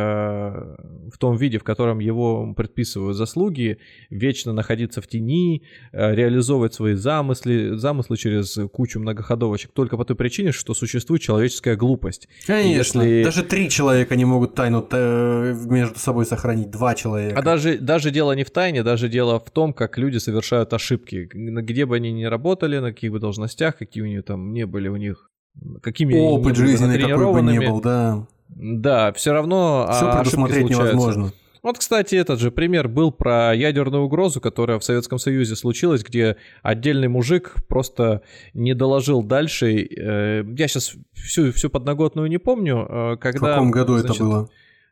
Speaker 3: в том виде, в котором его предписывают заслуги, вечно находиться в тени, э, реализовывать свои замыслы, замыслы через кучу многоходовочек, только по той причине, что существует человеческая глупость.
Speaker 4: Конечно,
Speaker 3: если...
Speaker 4: даже три человека не могут тайну между собой сохранить, два человека.
Speaker 3: А даже, даже дело не в тайне, даже дело в том, как люди совершают ошибки, где бы они ни работали, на каких бы должностях, какие у них там не были у них, какими
Speaker 4: опыт жизненный какой бы ни был, да.
Speaker 3: Да, все равно
Speaker 4: все
Speaker 3: ошибки
Speaker 4: предусмотреть
Speaker 3: случаются.
Speaker 4: Невозможно.
Speaker 3: Вот, кстати, этот же пример был про ядерную угрозу, которая в Советском Союзе случилась, где отдельный мужик просто не доложил дальше. Я сейчас всю, всю подноготную не помню. Когда,
Speaker 4: в каком году
Speaker 3: значит,
Speaker 4: это было?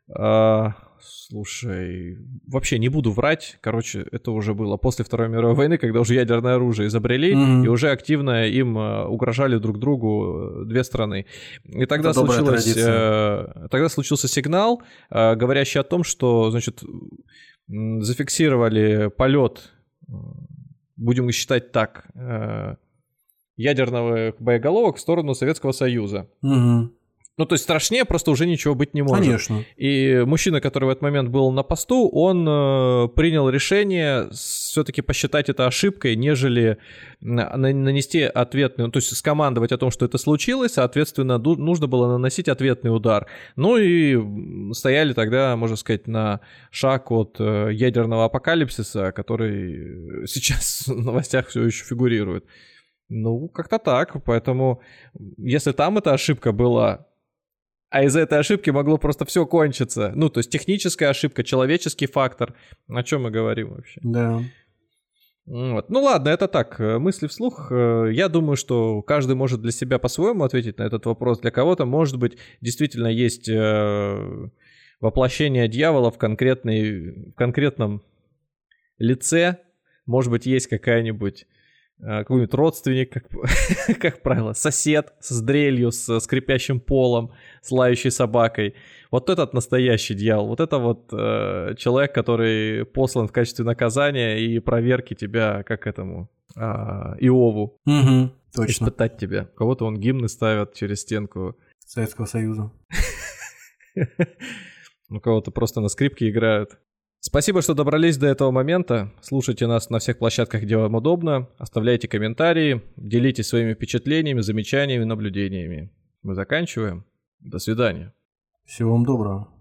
Speaker 3: А, слушай, вообще не буду врать. Короче, это уже было после Второй мировой войны, когда уже ядерное оружие изобрели, mm-hmm. и уже активно им угрожали друг другу две страны. И тогда, случилось, э, тогда случился сигнал, э, говорящий о том, что, значит, зафиксировали полет, будем считать так, э, ядерных боеголовок в сторону Советского Союза.
Speaker 4: Mm-hmm.
Speaker 3: Ну, то есть страшнее просто уже ничего быть не может.
Speaker 4: Конечно.
Speaker 3: И мужчина, который в этот момент был на посту, он э, принял решение все-таки посчитать это ошибкой, нежели на- нанести ответный, ну, то есть скомандовать о том, что это случилось, соответственно, ду- нужно было наносить ответный удар. Ну и стояли тогда, можно сказать, на шаг от э, ядерного апокалипсиса, который сейчас в новостях все еще фигурирует. Ну, как-то так. Поэтому, если там эта ошибка была... А из-за этой ошибки могло просто все кончиться. Ну, то есть техническая ошибка, человеческий фактор. О чем мы говорим вообще?
Speaker 4: Да.
Speaker 3: Вот. Ну ладно, это так, мысли вслух. Я думаю, что каждый может для себя по-своему ответить на этот вопрос. Для кого-то, может быть, действительно есть воплощение дьявола в, конкретной, в конкретном лице. Может быть, есть какая-нибудь... какой-нибудь родственник, как, как правило, сосед с дрелью, с скрипящим полом, с лающей собакой. Вот этот настоящий дьявол. Вот это вот э, человек, который послан в качестве наказания и проверки тебя, как этому, э, Иову.
Speaker 4: Угу, точно.
Speaker 3: Испытать тебя. У кого-то он гимны ставят через стенку.
Speaker 4: Советского Союза.
Speaker 3: У кого-то просто на скрипке играют. Спасибо, что добрались до этого момента. Слушайте нас на всех площадках, где вам удобно. Оставляйте комментарии, делитесь своими впечатлениями, замечаниями, наблюдениями. Мы заканчиваем. До свидания.
Speaker 4: Всего вам доброго.